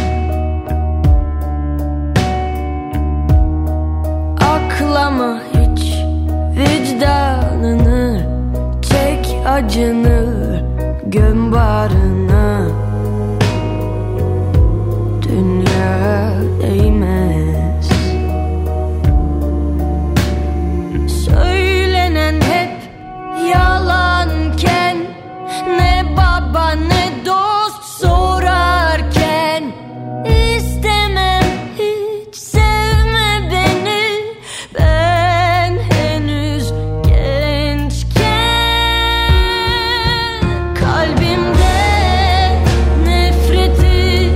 aklama hiç vicdanını, çek acını, göm bağrına. Dünya değmez, söylenen hep yalanken, ne baba ne dost sorarken, istemem hiç, sevme beni, ben henüz gençken. Kalbimde nefreti,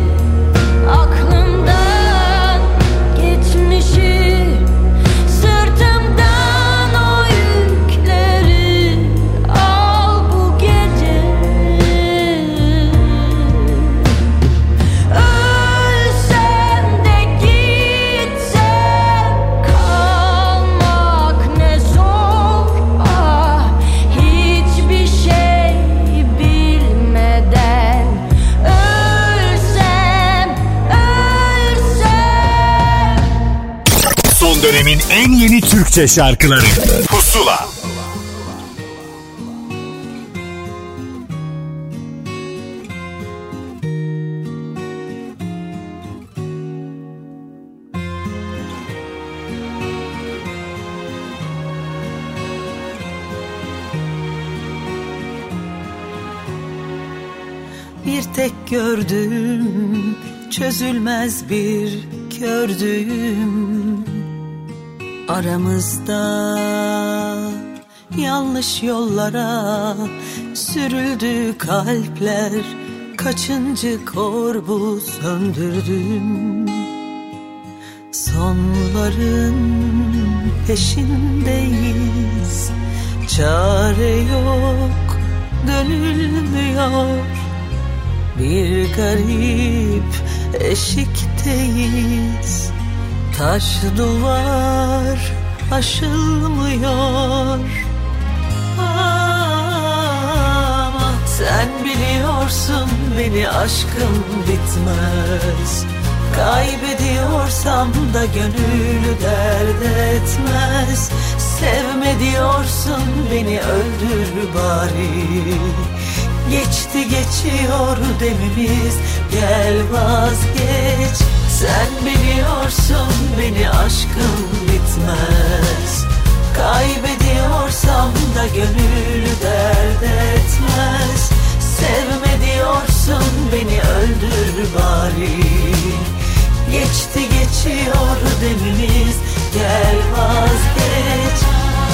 aklımdan geçmişi, sırtımdan o yükleri al bu gece. Ölsem de gitsem, kalmak ne zor, ah, hiçbir şey bilmeden. Ölsem, Son dönemin en yeni Türkçe şarkıları Pusula. Bir tek gördüm, çözülmez bir kördüm. Aramızda yanlış yollara sürüldü kalpler, kaçıncı kor bu söndürdüm. Sonların peşindeyiz, çare yok, dönülmüyor. Bir garip eşikteyiz, taş duvar aşılmıyor. Ama sen biliyorsun beni, aşkım bitmez. Kaybediyorsam da gönül dert etmez. Sevme diyorsun beni öldür bari. Geçti geçiyor demimiz, gel vazgeç. Sen biliyorsun beni aşkım bitmez. Kaybediyorsam da gönül dert etmez. Sevme diyorsun beni öldür bari. Geçti geçiyor demimiz, gel vazgeç.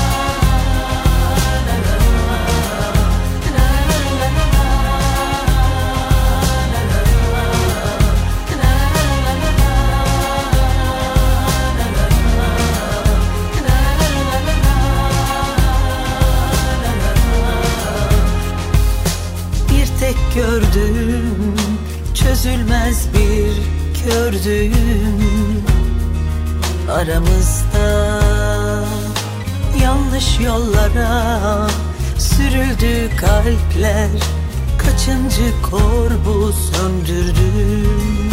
Bir tek gördüğüm, çözülmez bir kördüğüm aramızda. Yanlış yollara sürüldü kalpler. Kaçıncı kor bu söndürdüm.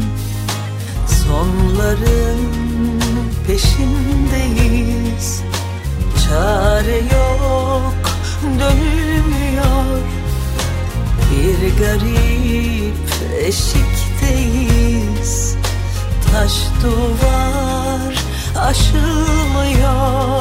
Sonların peşindeyiz. Çare yok, dönülmüyor. Bir garip eşikteyiz. Taş duvar aşılmıyor.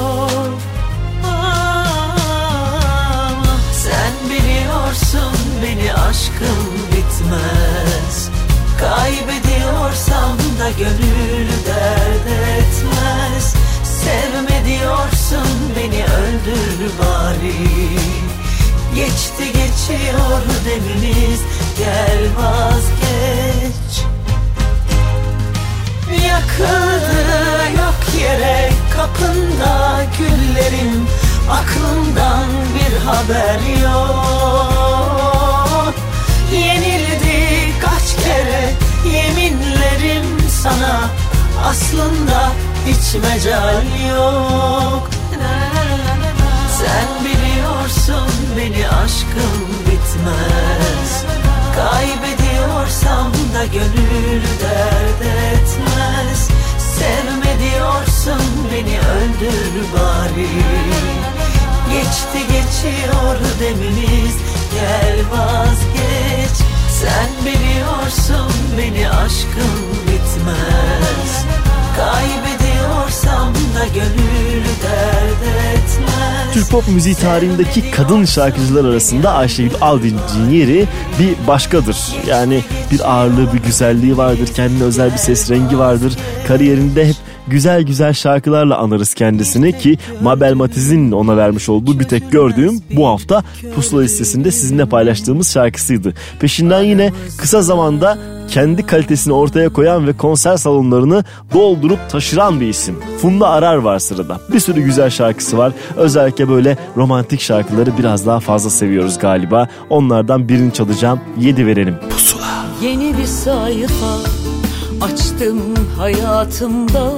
Sen biliyorsun beni aşkım bitmez. Kaybediyorsam da gönül dert etmez. Sevme diyorsun beni öldür bari. Geçti geçiyor demimiz, gel vazgeç. Yakıldı yok yere kapında güllerim. Aklımdan bir haber yok. Yenildi kaç kere yeminlerim sana. Aslında hiç mecal yok. Sen biliyorsun beni aşkım bitmez. Kaybediyorsam da gönül dert etmez. Sevme diyorsun beni öldür bari. Geçti geçiyor demimiz, gel vazgeç. Sen biliyorsun beni aşkım bitmez. Kaybediyorsam da gönül dert etmez. Türk pop müziği tarihindeki kadın şarkıcılar arasında Ayşegül Aldinç'in yeri bir başkadır. Yani bir ağırlığı, bir güzelliği vardır. Kendine özel bir ses rengi vardır. Kariyerinde hep güzel güzel şarkılarla anarız kendisini ki Mabel Matiz'in ona vermiş olduğu bir tek gördüğüm bu hafta Pusula listesinde sizinle paylaştığımız şarkısıydı. Peşinden yine kısa zamanda kendi kalitesini ortaya koyan ve konser salonlarını doldurup taşıran bir isim. Funda Arar var sırada. Bir sürü güzel şarkısı var. Özellikle böyle romantik şarkıları biraz daha fazla seviyoruz galiba. Onlardan birini çalacağım. 7 verelim. Pusula. Yeni bir sayfa açtım hayatımda.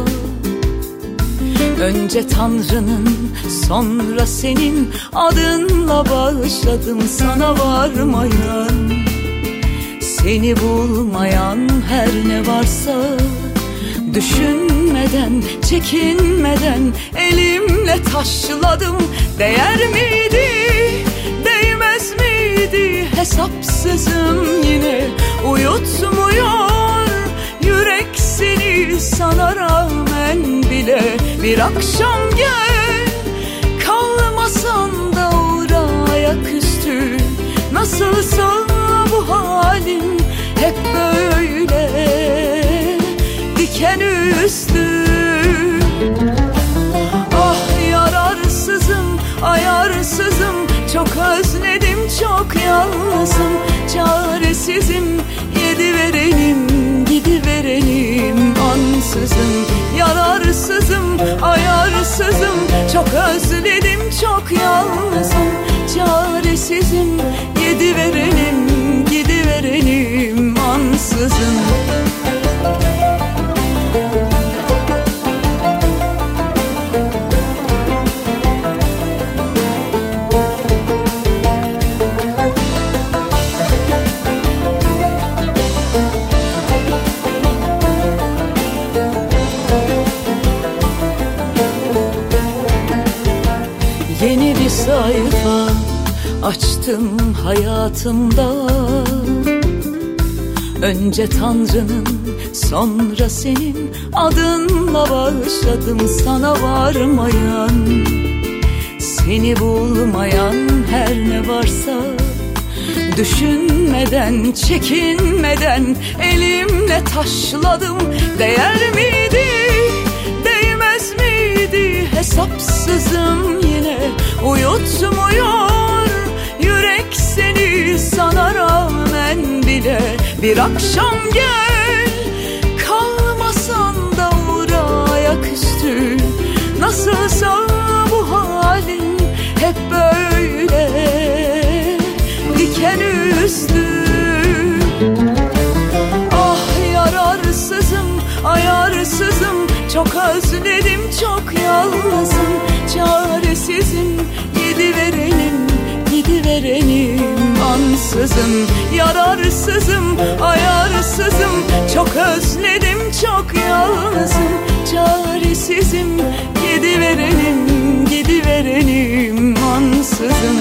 Önce Tanrı'nın, sonra senin adınla başladım sana varmayan. Seni bulmayan her ne varsa düşünmeden, çekinmeden elimle taşladım. Değer miydi, değmez miydi hesapsızım yine uyutmuyor yürek seni sana rağmen bile. Bir akşam gel kalmasan da uğra ayaküstü. Nasılsa bu halim hep böyle diken üstü. Ah yararsızım, ayarsızım, çok özledim, çok yalnızım, çaresizim, yediverelim, gidiverelim ansızın. Yararsızım, ayarsızım, çok özledim, çok yalnızım, çaresizim, yediverelim, gidiverelim ansızın. açtım hayatımda. Önce Tanrı'nın, sonra senin adınla başladım sana varmayan. Seni bulmayan her ne varsa, düşünmeden, çekinmeden elimle taşladım. Değer miydi, değmez miydi, hesapsızım yine uyutmuyor yürek seni sana rağmen bile. Bir akşam gel, kalmasan da uğra ayaküstü. Nasılsa bu halin hep böyle diken üstü. Ah yararsızım, ayarsızım, çok özledim, çok yalnızım, çaresizim, gidiverelim, gidiverenim ansızın. Yararsızım, ayarsızım, çok özledim, çok yalnızım, çaresizim, gidiverelim, gidiverenim ansızın.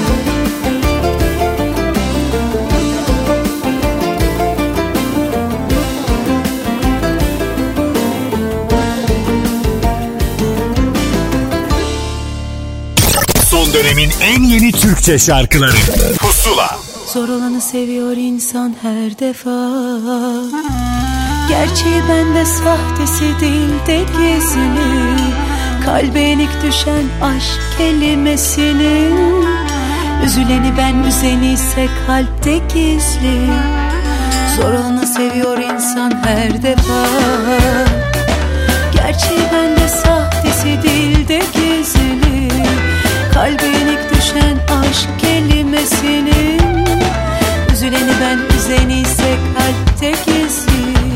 Son dönemin en yeni Türkçe şarkıları Pusula. Zor olanı seviyor insan her defa. Gerçeği bende, sahtesi değil de gizli. Kalbe yenik düşen aşk kelimesinin, üzüleni ben, üzeni ise kalpte gizli. Zor olanı seviyor insan her defa. Gerçeği bende, sahtesi değil de gizli. Kalbe yenik düşen aşk kelimesinin, üzüleni ben, üzeni ise kalpte gizli.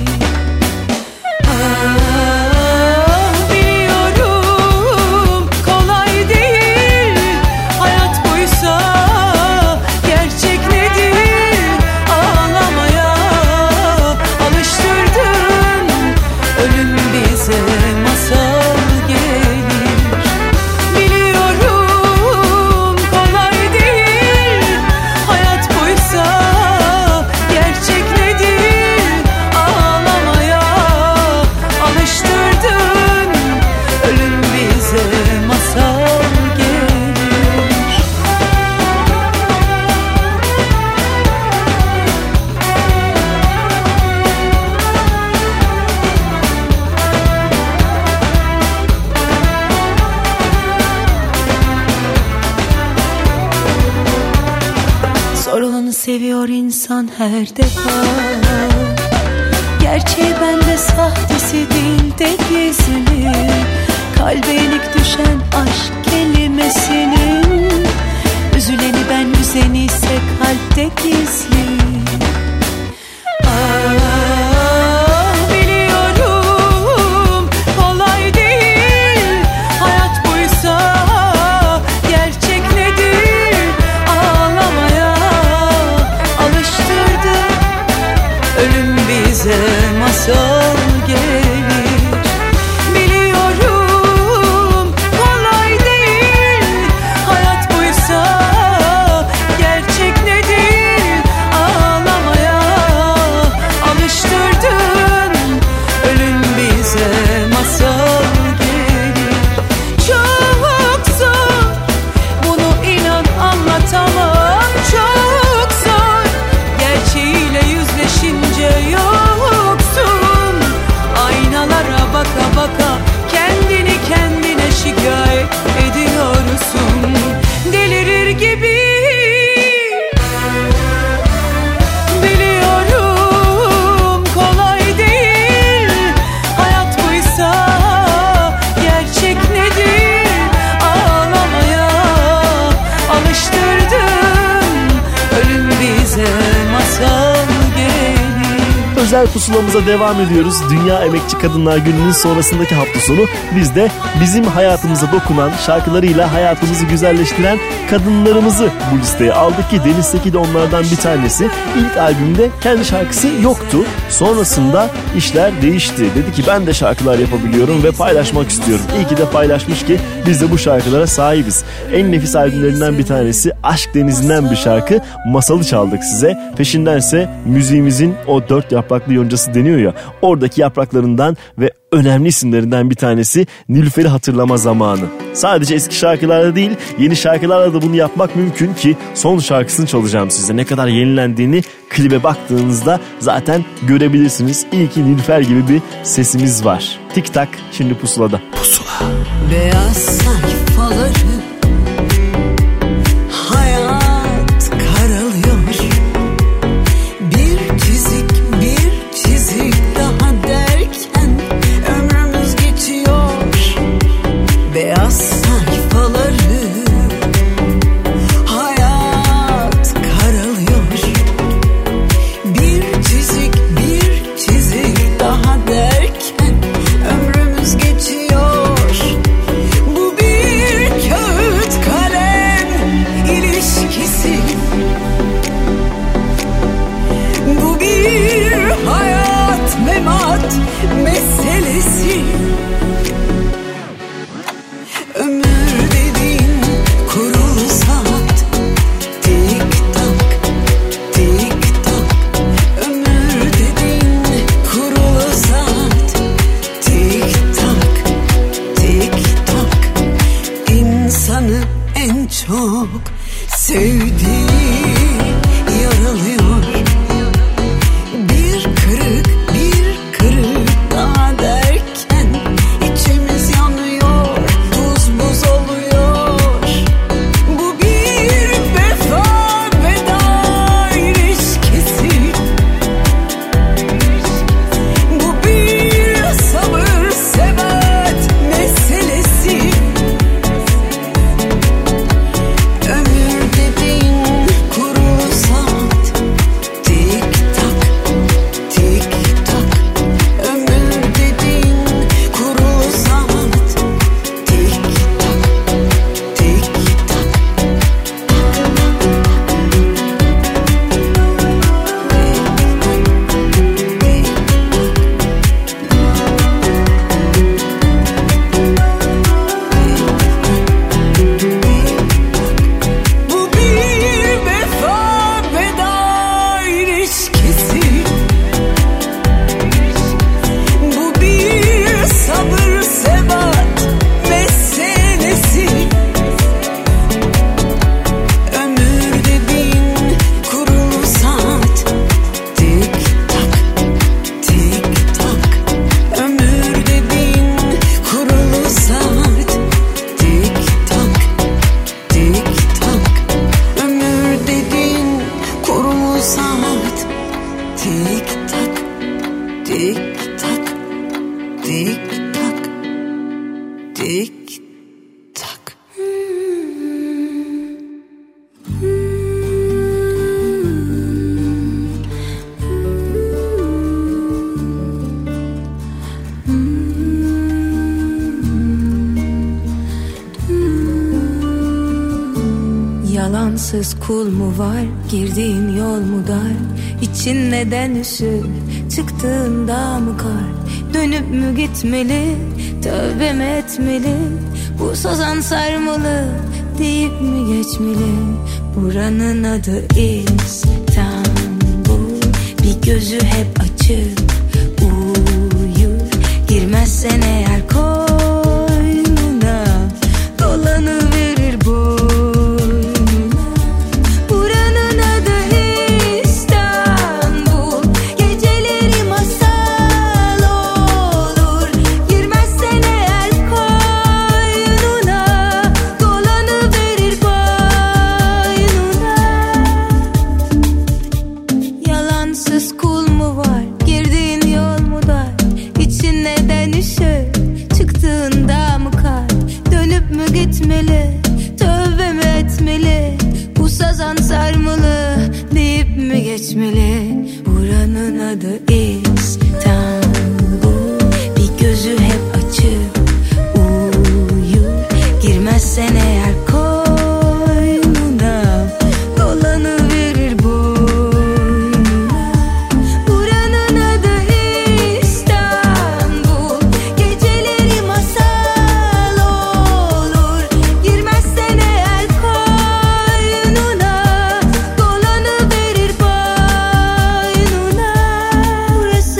Biliyorum kolay değil, hayat buysa gerçek nedir? Ağlamaya alıştırdın, ölüm bize masal gelir. Biliyorum kolay değil, hayat buysa gerçek nedir? Ağlamaya alıştırdın, ölüm bize masal gelir. Zor olanı seviyor insan her defa. Gerçeği bende, sahtesi değil de gizli. Kalbe yenik düşen aşk kelimesinin, üzüleni ben, üzeni ise kalpte gizli. Biliyorum kolay değil, hayat buysa gerçek nedir? Ağlamaya alıştırdım, ölüm bize masal gelir. Biliyorum kolay değil, hayat buysa gerçek nedir? özel pusulamıza devam ediyoruz. Dünya Emekçi Kadınlar Günü'nün sonrasındaki hafta sonu biz de bizim hayatımıza dokunan, şarkılarıyla hayatımızı güzelleştiren kadınlarımızı bu listeye aldık ki Deniz Seki de onlardan bir tanesi. İlk albümde kendi şarkısı yoktu. Sonrasında işler değişti. Dedi ki ben de şarkılar yapabiliyorum ve paylaşmak istiyorum. İyi ki de paylaşmış ki biz de bu şarkılara sahibiz. En nefis albümlerinden bir tanesi Aşk Denizi'nden bir şarkı. Masalı çaldık size. Peşindense müziğimizin o 4 yapraklı yoncası deniyor ya, oradaki yapraklarından ve önemli isimlerinden bir tanesi Nilüfer'i hatırlama zamanı. Sadece eski şarkılarla değil, yeni şarkılarla da bunu yapmak mümkün ki son şarkısını çalacağım size. Ne kadar yenilendiğini klibe baktığınızda zaten görebilirsiniz. İyi ki Nilüfer gibi bir sesimiz var. Tik tak şimdi Pusula'da. Pusula. Beyaz sayfaları hayat karalıyor. Bir çizik daha derken ömrümüz geçiyor. Beyaz sayfaları hayat karalıyor. Bir çizik daha derken ömrümüz geçiyor. Bu bir kağıt kalem ilişkisi. Bu bir hayat memat meselesi. Ömür dediğin kurulu saat. Tik tak, tik tak. Ömür dediğin kurulu saat. Tik tak, tik tak. İnsanı en çok sevdiği yaralıyor. Bir kırık daha derken içimiz yanıyor, buz oluyor. Bu bir vefa veda ilişkisi. Bu bir sabır sebat meselesi. Ömür dediğin kurulu saat. Tik tak, tik tak. Ömür dediğin kurulu saat. Tik tak, tik tak. Bu bir vefa veda ilişkisi. Bu bir sabır sebat meselesi. Ömür dediğin kurulu saat. Tik tak, tik tak. Ömür dediğin kurulu saat. Tik tak, tik tak. Ömür dediğin kurulu saat. Tik tak, tik tak, tik tak, tik tak. Yalansız kul mu var, girdiğin yol mu dar? İçin neden üşür, çıktığında mı kar? Dönüp mü gitmeli, tövbe mi etmeli? Bu sazan sarmalı, deyip mi geçmeli? Buranın adı İstanbul. Bir gözü hep açık, uyur. Girmezsen eğer koynuna, dolanıverir boynuna. Buranın adı İstanbul. Geceleri masal olur. Girmezsen eğer koynuna, dolanıverir boynuna. Yalansız kul mu var, girdiğin yol mu dar? İçin neden üşür, adı İstanbul. Bir gözü hep açık uyur. Girmezsen eğer koynuna dolanıverir boynuna. Buranın adı İstanbul. Geceleri masal olur. Girmezsen eğer koynuna dolanıverir boynuna. Burası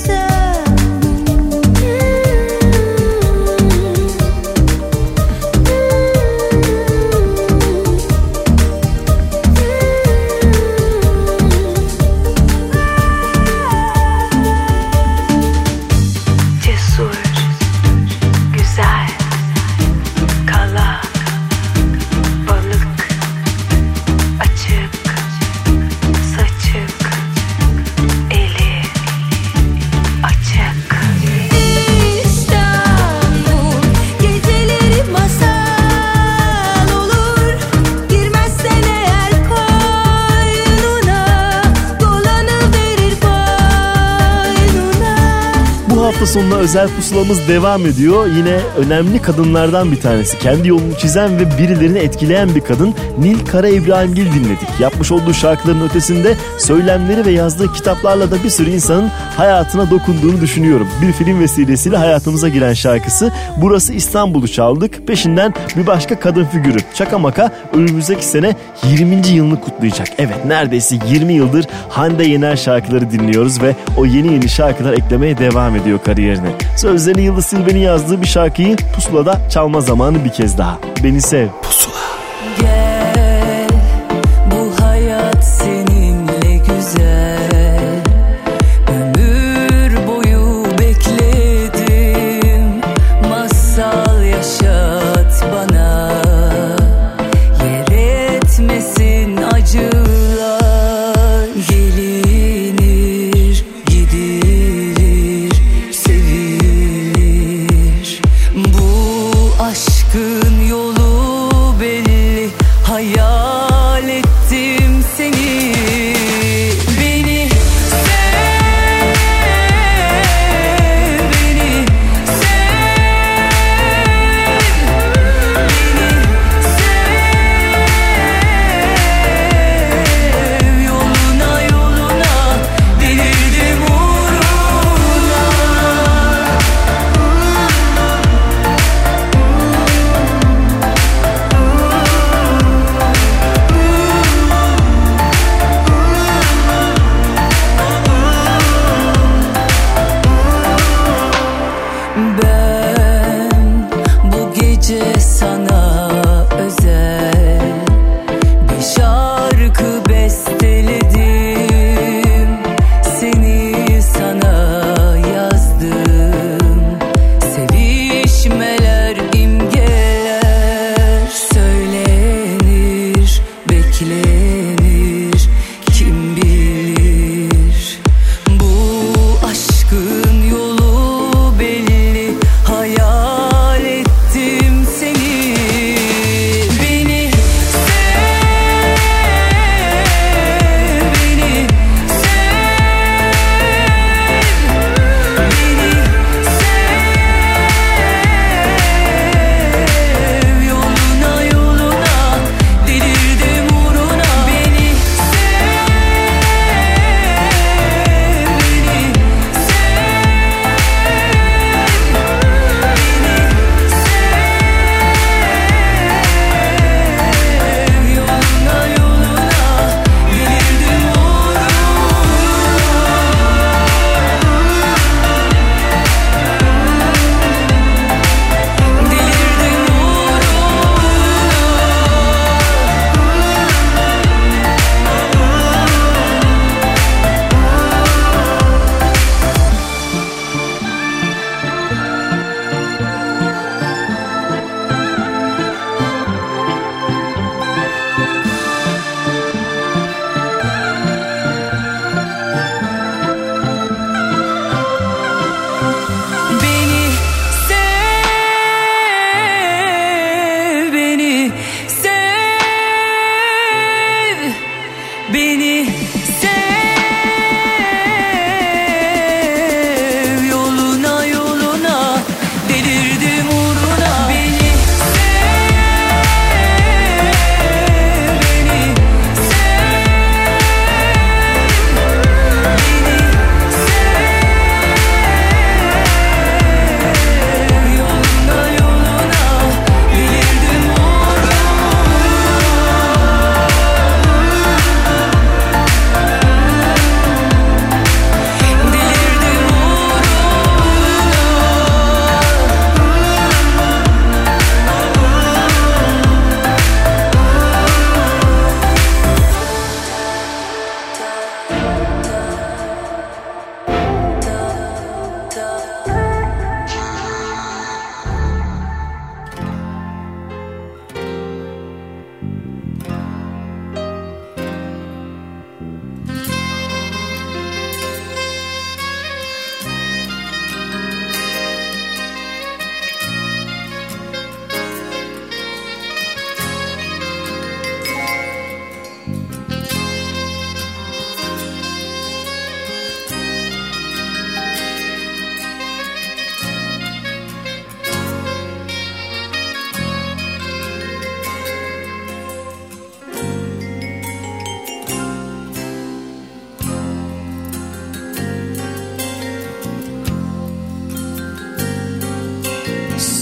cesur, güzel, kala, balık, açık, saçık, eli açık. İstanbul, geceleri masal olur. Girmezsen eğer koynuna dolanıverir boynuna. Bu hafta sonuna özel pusulamız devam ediyor. Yine önemli kadınlardan bir tanesi. Kendi yolunu çizen ve birilerini etkileyen bir kadın. Nil Kara İbrahimgil dinledik. Yapmış olduğu şarkıların ötesinde söylemleri ve yazdığı kitaplarla da bir sürü insanın hayatına dokunduğunu düşünüyorum. Bir film vesilesiyle hayatımıza giren şarkısı Burası İstanbul'u çaldık. Peşinden bir başka kadın figürü Çaka Maka önümüzdeki sene 20. yılını kutlayacak. Evet, neredeyse 20 yıldır Hande Yener şarkıları dinliyoruz ve o yeni şarkılar eklemeye devam ediyor kariyerine. Sözlerini Yıldız Tilbe'nin yazdığı bir şarkıyı Pusula'da çalma zamanı bir kez daha. Beni sev. Pusula. Gel, bu hayat seninle güzel. Ömür boyu bekledim. Masal yaşat bana. Yer etmesin acılar. Gelinir, gidilir, sevilir. Bu aşkın yolu belli.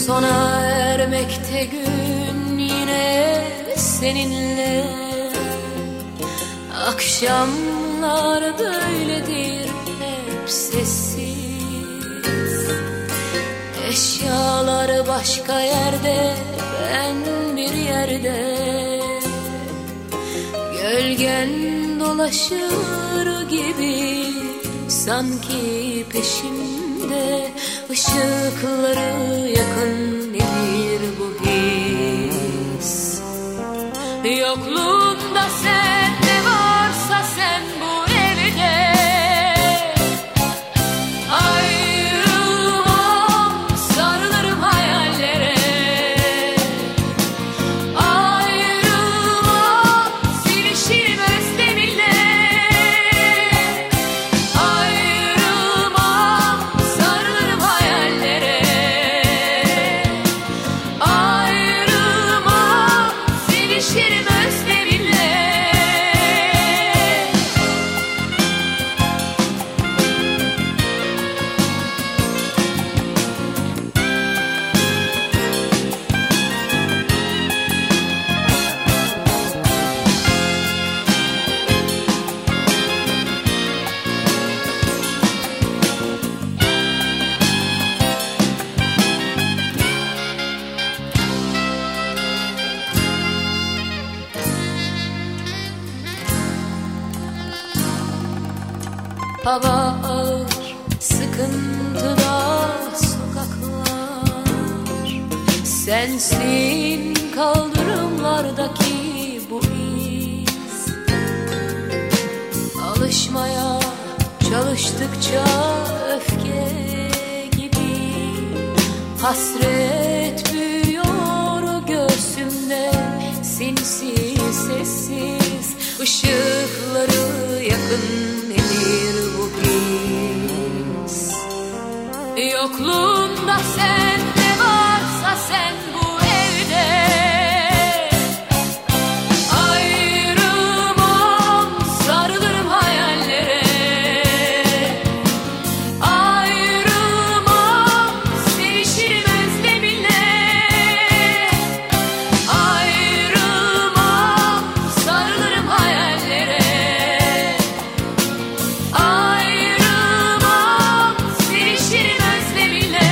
Sona ermekte gün yine seninle. Akşamlar böyledir hep sessiz. Eşyalar başka yerde, ben bir yerde. Gölgen dolaşır gibi sanki peşimde. Işıkları yakın nedir bu his? Yokluğunda sen ne varsa sen bu evde. Ayrılmam, sarılırım hayallere. Ayrılmam, sevişirim özleminle. Ayrılmam, sarılırım hayallere. Ayrılmam, sevişirim özleminle. Hava ağır, sıkıntıda sokaklar. Sensin kaldırımlardaki bu iz. Alışmaya çalıştıkça öfke gibi. Hasret büyüyor göğsümde, sinsi sessiz. Işıkları yakın nedir bu his? Yokluğunda sen ne varsa sen bu evde. Ayrılmam, sarılırım hayallere. Ayrılmam, sevişirim özleminle. Ayrılmam, sarılırım hayallere. Ayrılmam, sevişirim özleminle.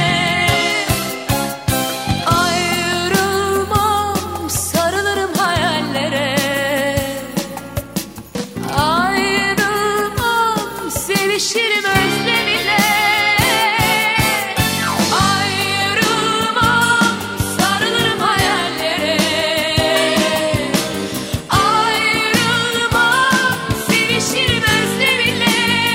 Ayrılmam, sarılırım hayallere. Ayrılmam, sevişirim özleminle. Ayrılmam, sarılırım hayallere. Ayrılmam, sevişirim özleminle.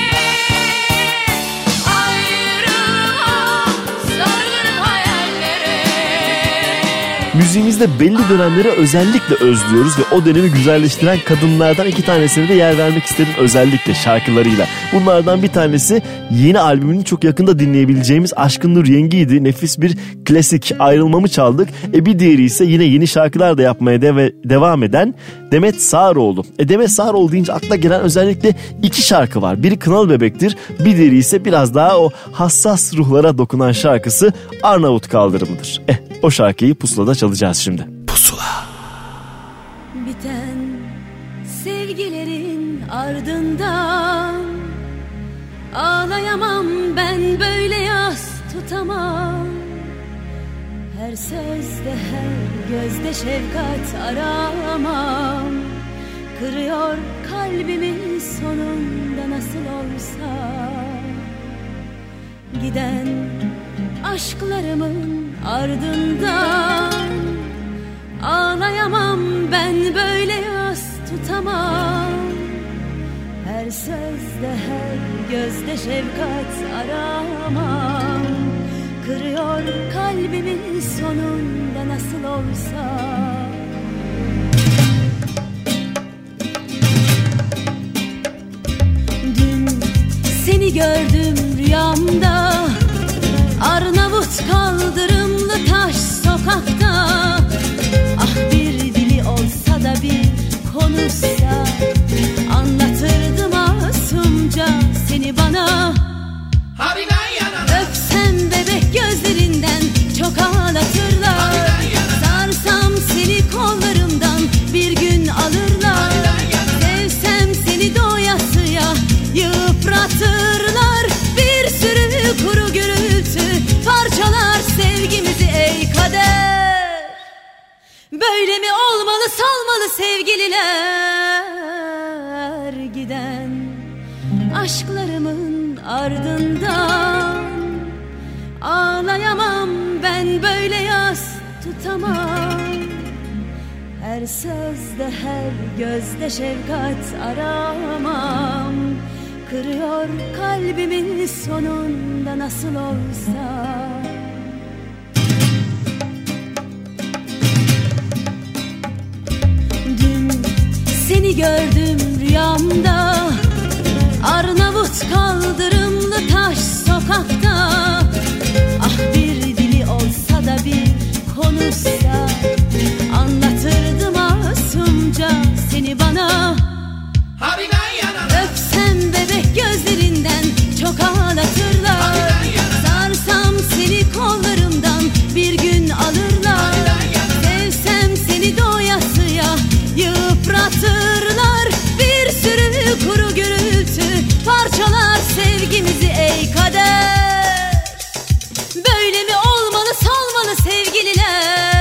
Ayrılmam, sarılırım hayallere. Müziğimizde belli dönemleri özellikle özlüyoruz ve o dönemi güzelleştiren kadınlardan 2 tanesine de yer vermek istedim özellikle şarkılarıyla. Bunlardan bir tanesi yeni albümünün çok yakında dinleyebileceğimiz Aşkın Nur Yengi'ydi. Nefis bir klasik, Ayrılmamı çaldık. Bir diğeri ise yine yeni şarkılar da yapmaya devam eden Demet Sağaroğlu. Demet Sağaroğlu deyince akla gelen özellikle 2 şarkı var. Biri Kınalı Bebek'tir, bir diğeri ise biraz daha o hassas ruhlara dokunan şarkısı Arnavut Kaldırımı'dır. O şarkıyı Pusula'da çalacağız şimdi. Pusula. Biten sevgilerin ardından ağlayamam ben, böyle yas tutamam. Her sözde her gözde şefkat aramam. Kırıyor kalbimi sonunda nasıl olsa. Giden aşklarımın ardından ağlayamam ben, böyle yas tutamam. Her sözde her gözde şefkat aramam. Kırıyor kalbimi sonunda nasıl olsa. Dün seni gördüm rüyamda, Arnavut kaldırımlı taş sokakta. Ah bir dili olsa da bir konuşsa, anlatırdı masumca seni bana. Öpsem bebek gözlerinden çok ağlatır. salmalı sevgililer giden aşklarımın ardından. Ağlayamam ben böyle yas tutamam. Her sözde her gözde şefkat aramam. Kırıyor kalbimin sonunda nasıl olsa. Dün seni gördüm rüyamda, Arnavut kaldırımlı taş sokakta. Ah bir dili olsa da bir konuşsa, anlatırdı masumca seni bana. Öpsem bebek gözlerinden çok ağlatırlar. Sarsam seni kollarımdan bir gün alırlar. Sevsem seni doyasıya yıpratırlar. Bir sürü kuru gürültü parçalar sevgimizi ey kader. Böyle mi olmalı salmalı sevgililer?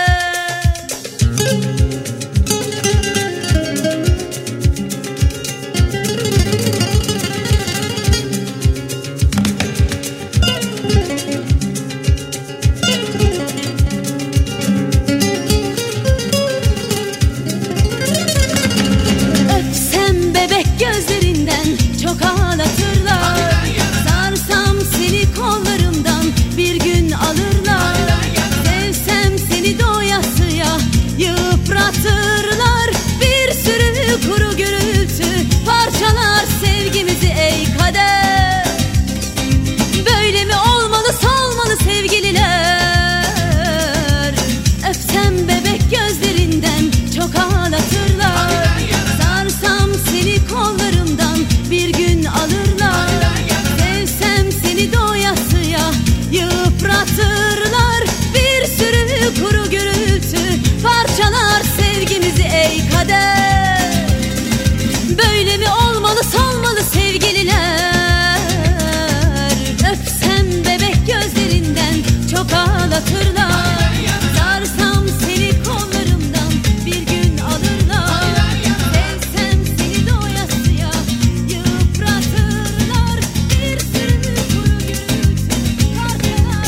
Gözlerinden çok ağlatırlar. Sarsam seni kollarımdan bir gün alırlar. Sevsem seni doyasıya yıpratırlar. Bir sürü kuru gürültü parçalar sevgimizi ey kader. Böyle mi olmalı salmalı sevgililer? Öpsem bebek gözlerinden çok ağlatırlar. Sarsam seni kollarımdan bir gün alırlar. Sevsem seni doyasıya yıpratırlar. Bir sürü kuru gürültü parçalar sevgimizi ey kader. Böyle mi olmalı salmalı sevgililer? Öpsem bebek gözlerinden çok ağlatırlar. Sarsam seni kollarımdan bir gün alırlar. Sevsem seni doyasıya yıpratırlar. Bir sürü kuru gürültü parçalar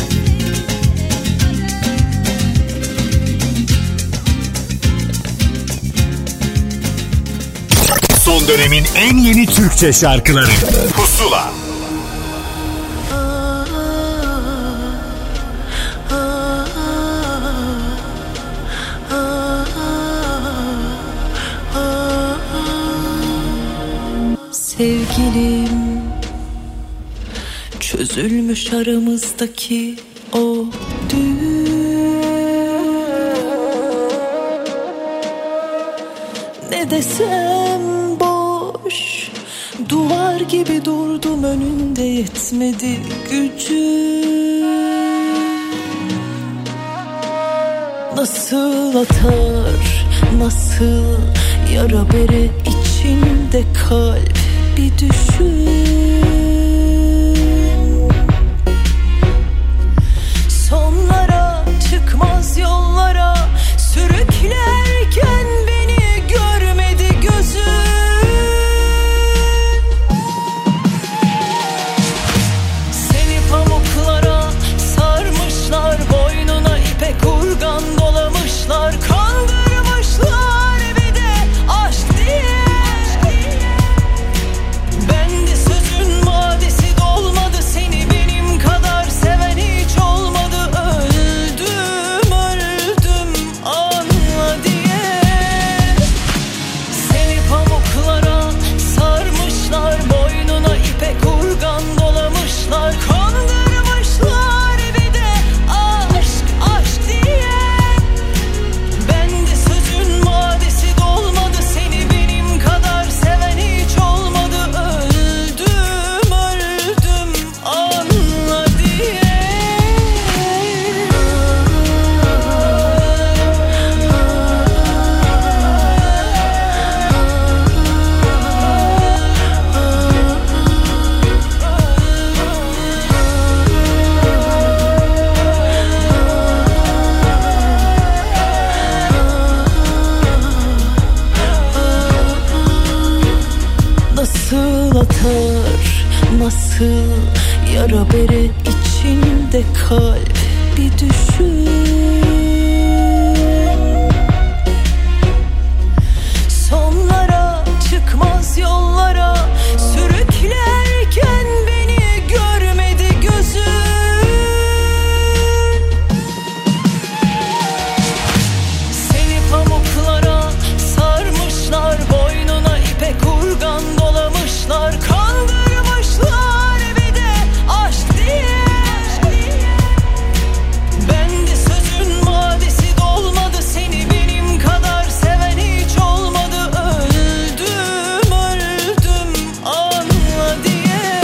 sevgimizi. Son dönemin en yeni Türkçe şarkıları Pusula. Sevgilim, çözülmüş aramızdaki o düğüm. Ne desem boş, duvar gibi durdum önünde, yetmedi gücüm. Nasıl atar, nasıl yara bere içimde kalp, bir düşün. Sonlara çıkmaz yollara sürüklerken beni görmedi gözüm. Seni pamuklara sarmışlar, boynuna ipek urgan dolamışlar, kandırmışlar bir de aşk diye. Ben de sözün nasıl yara bere içinde kalp bir düşün. Sonlara çıkmaz yollara sürüklerken beni görmedi gözün. Seni pamuklara sarmışlar, boynuna ipek urgan dolamışlar, kandırmışlar bir de aşk diye. Ben de sözün madesi dolmadı, seni benim kadar seven hiç olmadı. Öldüm öldüm anla diye.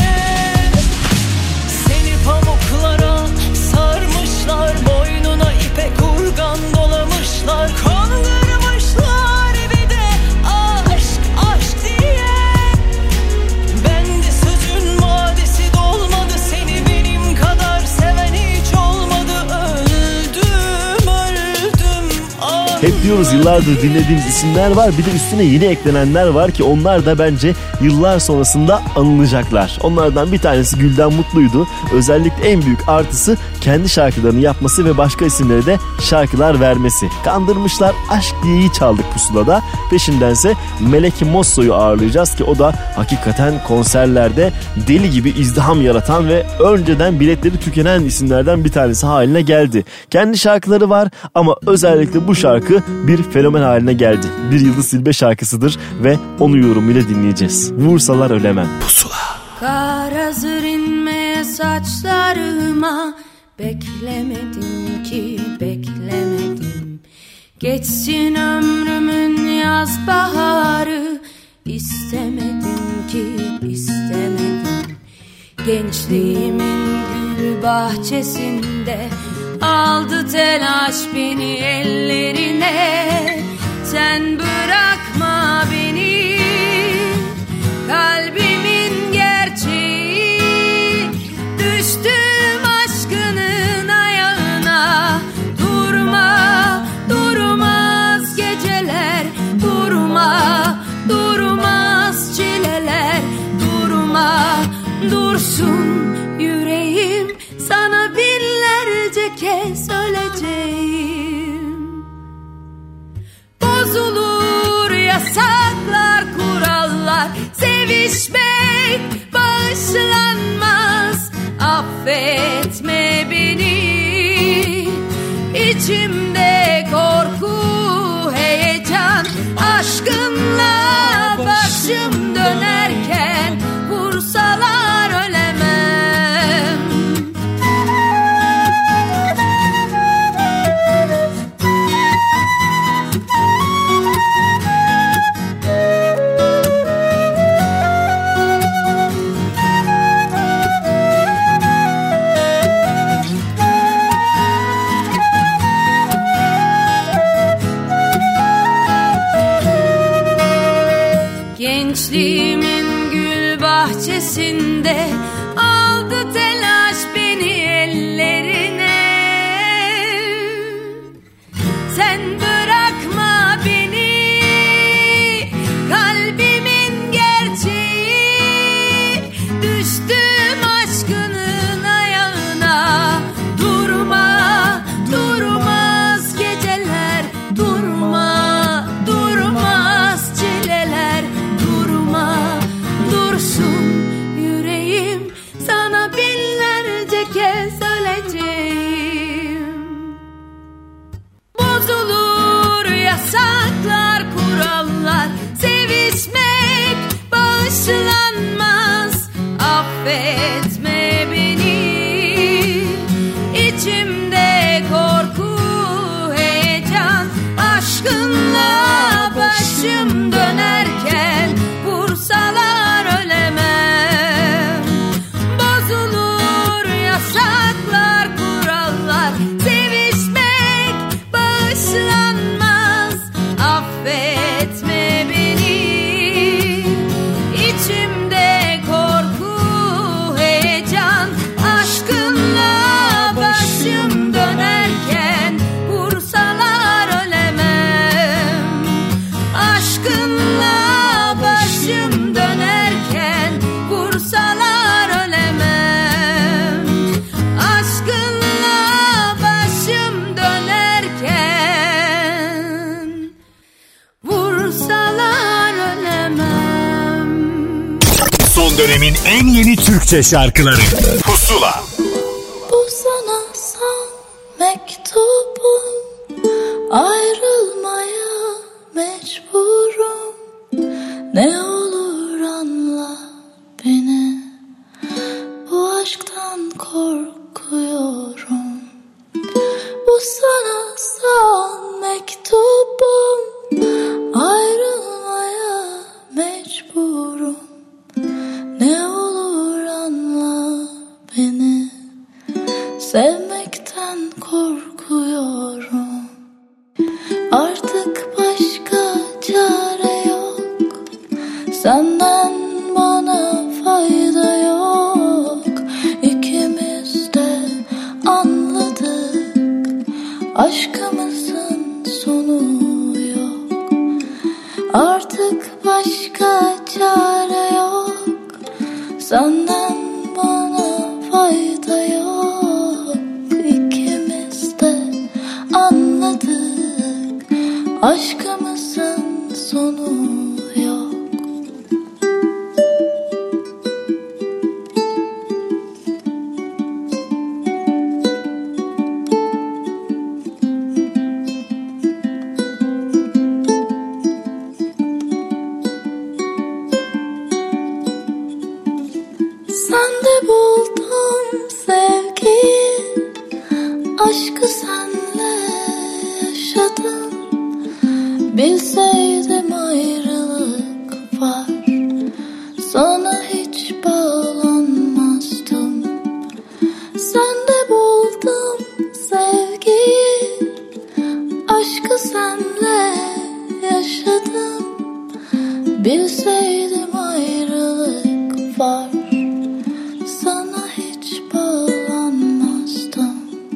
Seni pamuklara sarmışlar, boynuna ipek urgan dolamışlar, kandırmışlar bir de aşk aşk diye. Ben de sözün madesi dolmadı, seni benim kadar seven hiç olmadı. Öldüm öldüm anla. Hep diyoruz yıllardır dinlediğimiz isimler var, bir de üstüne yeni eklenenler var ki onlar da bence yıllar sonrasında anılacaklar. Onlardan bir tanesi Gülden Mutlu'ydu. Özellikle en büyük artısı kendi şarkılarını yapması ve başka isimlere de şarkılar vermesi. Kandırmışlar aşk diyeyi çaldık pusulada. Peşindense Melek Mosso'yu ağırlayacağız ki o da hakikaten konserlerde deli gibi izdiham yaratan ve önceden biletleri tükenen isimlerden bir tanesi haline geldi. Kendi şarkıları var ama özellikle bu şarkı bir fenomen haline geldi. Bir Yıldız Tilbe şarkısıdır ve onu yorumuyla dinleyeceğiz. Vursalar ölemem. Pusula. Kar hazır inmeye saçlarıma, beklemedim ki beklemedim. Geçsin ömrümün yaz baharı, istemedim ki istemedim. Gençliğimin gül bahçesinde aldı telaş beni ellerine. Sen bırakma beni, kalbimin gerçeği. Düştüm aşkının ayağına. Durma, durmaz geceler. Durma, durmaz çileler. Durma, dursun yüreğim. Sana binlerce kez söyleyeceğim. Bozulur yasaklar, kurallar. Sevişmek bağışlanmaz. Affetme beni. İçimde korku, heyecan. Aşkınla başım dönerken vursalar ölemem. Gençliğimin gül bahçesinde aldı telaş beni ellerine. Sen bırakma beni, kalbimin gerçeği. Düştüm aşkının ayağına. Durma, durmaz geceler. Durma, durmaz çileler. Durma, dursun yüreğim. Sana binlerce kez söyleyeceğim. Bozulur yasaklar, kurallar. Sevişmek bağışlanmaz. Affetme beni. İçimde korku, heyecan. Aşkınla başım dönerken vursalar ölemem. Bozulur yasaklar, kurallar. Sevişmek bağışlanmaz. Affetme beni. İçimde korku, heyecan. Aşkınla başım dönerken vursalar ölemem. Aşkınla dönemin en yeni Türkçe şarkıları Pusula. Bu sana son mektubum, ayrılmaya mecburum. Ne olur anla beni, bu aşktan korkuyorum. Bu sana son mektubum, ayrılmaya mecburum. Ne olur anla beni, sevmekten korkuyorum. Artık başka çare yok, senden bana fayda yok. İkimiz de anladık, aşkımızın sonu yok. Artık başka çare yok, senden bana fayda yok. İkimiz de anladık, aşkımızın sonu yok. Sende buldum sevgiyi, aşkı senle yaşadım. Bilseydim ayrılık var, sana hiç bağlanmazdım. Sende buldum sevgiyi, aşkı senle yaşadım. Bilseydim ayrılık var, sana hiç bağlanmazdım.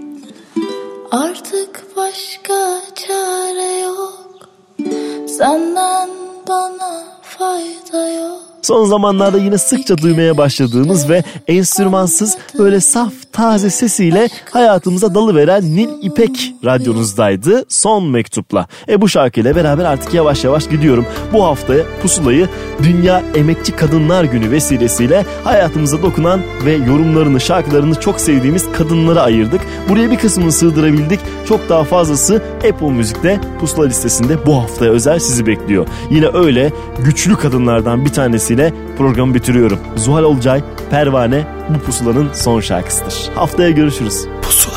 Artık başka çare yok, senden bana fayda yok. Son zamanlarda yine sıkça duymaya başladığımız ve enstrümansız böyle saf taze sesiyle hayatımıza dalıveren Nil İpek radyonuzdaydı Son Mektup'la. Bu şarkıyla beraber artık yavaş yavaş gidiyorum. Bu haftaya Pusula'yı Dünya Emekçi Kadınlar Günü vesilesiyle hayatımıza dokunan ve yorumlarını, şarkılarını çok sevdiğimiz kadınlara ayırdık. Buraya bir kısmını sığdırabildik. Çok daha fazlası Apple Müzik'te Pusula listesinde bu haftaya özel sizi bekliyor. Yine öyle güçlü kadınlardan bir tanesiyle programı bitiriyorum. Zuhal Olcay, Pervane bu Pusula'nın son şarkısıdır. Haftaya görüşürüz. Pusula.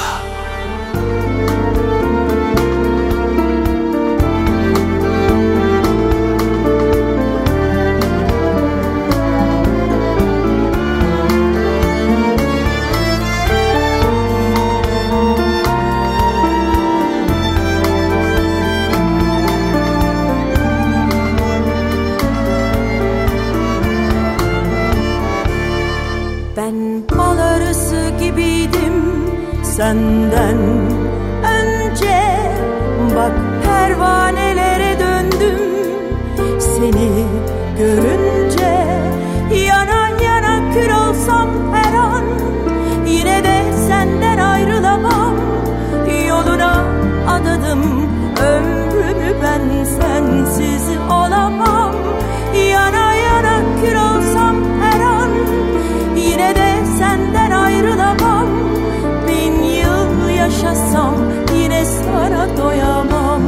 Senden önce bak pervanelere döndüm. Seni görünce yana yana kül olsam her an, yine de senden ayrılamam. Yoluna adadım ömrümü, ben sensiz olamam. Yana yana kül olsam her an, yine de senden ayrılamam. Yaşasam yine sana doyamam.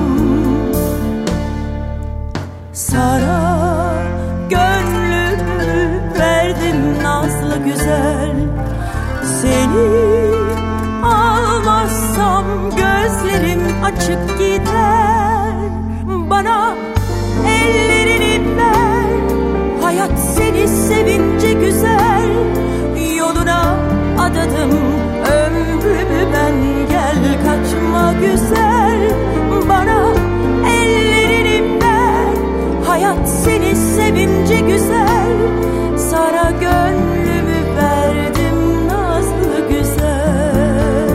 Sana gönlümü verdim nazlı güzel. Seni almazsam gözlerim açık gider. Bana ellerini ver, hayat seni sevince güzel. Yoluna adadım ömrümü ben, gel kaçma güzel. Bana ellerini ver, hayat seni sevince güzel. Sana gönlümü verdim nazlı güzel.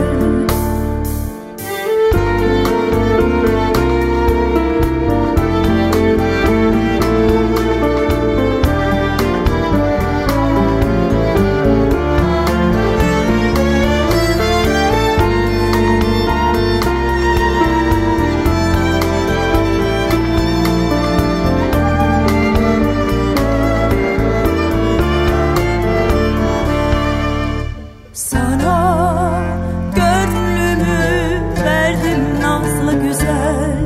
Sana gönlümü verdim nazlı güzel.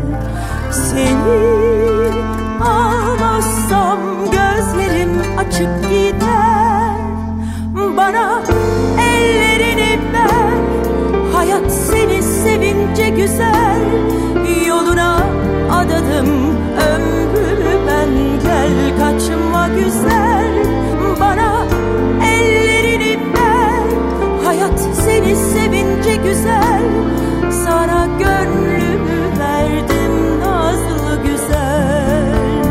Seni almazsam gözlerim açık gider. Bana ellerini ver, hayat seni sevince güzel. Yoluna adadım ömrümü ben, gel kaçma güzel. Bana ellerini ver, hayat seni sevince güzel. Sana gönlümü verdim nazlı güzel.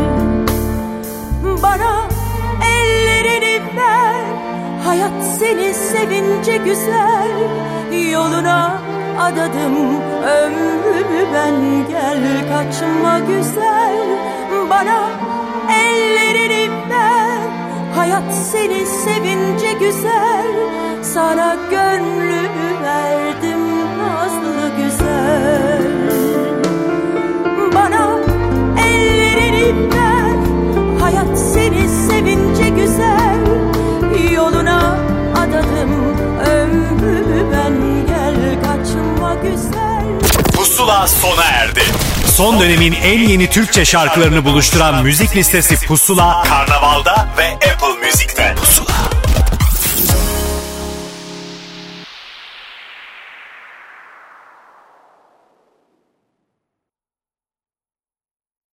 Bana ellerini ver, hayat seni sevince güzel. Yoluna adadım ömrümü ben, gel kaçma güzel. Bana ellerini ver, hayat seni sevince güzel. Sana gönlümü verdim nazlı güzel. Bana ellerini ver, hayat seni sevince güzel. Yoluna adadım ömrümü ben, gel kaçma güzel. Pusula sona erdi. Son dönemin en yeni Türkçe şarkılarını buluşturan müzik listesi Pusula, Karnaval'da ve Apple Müzik'te.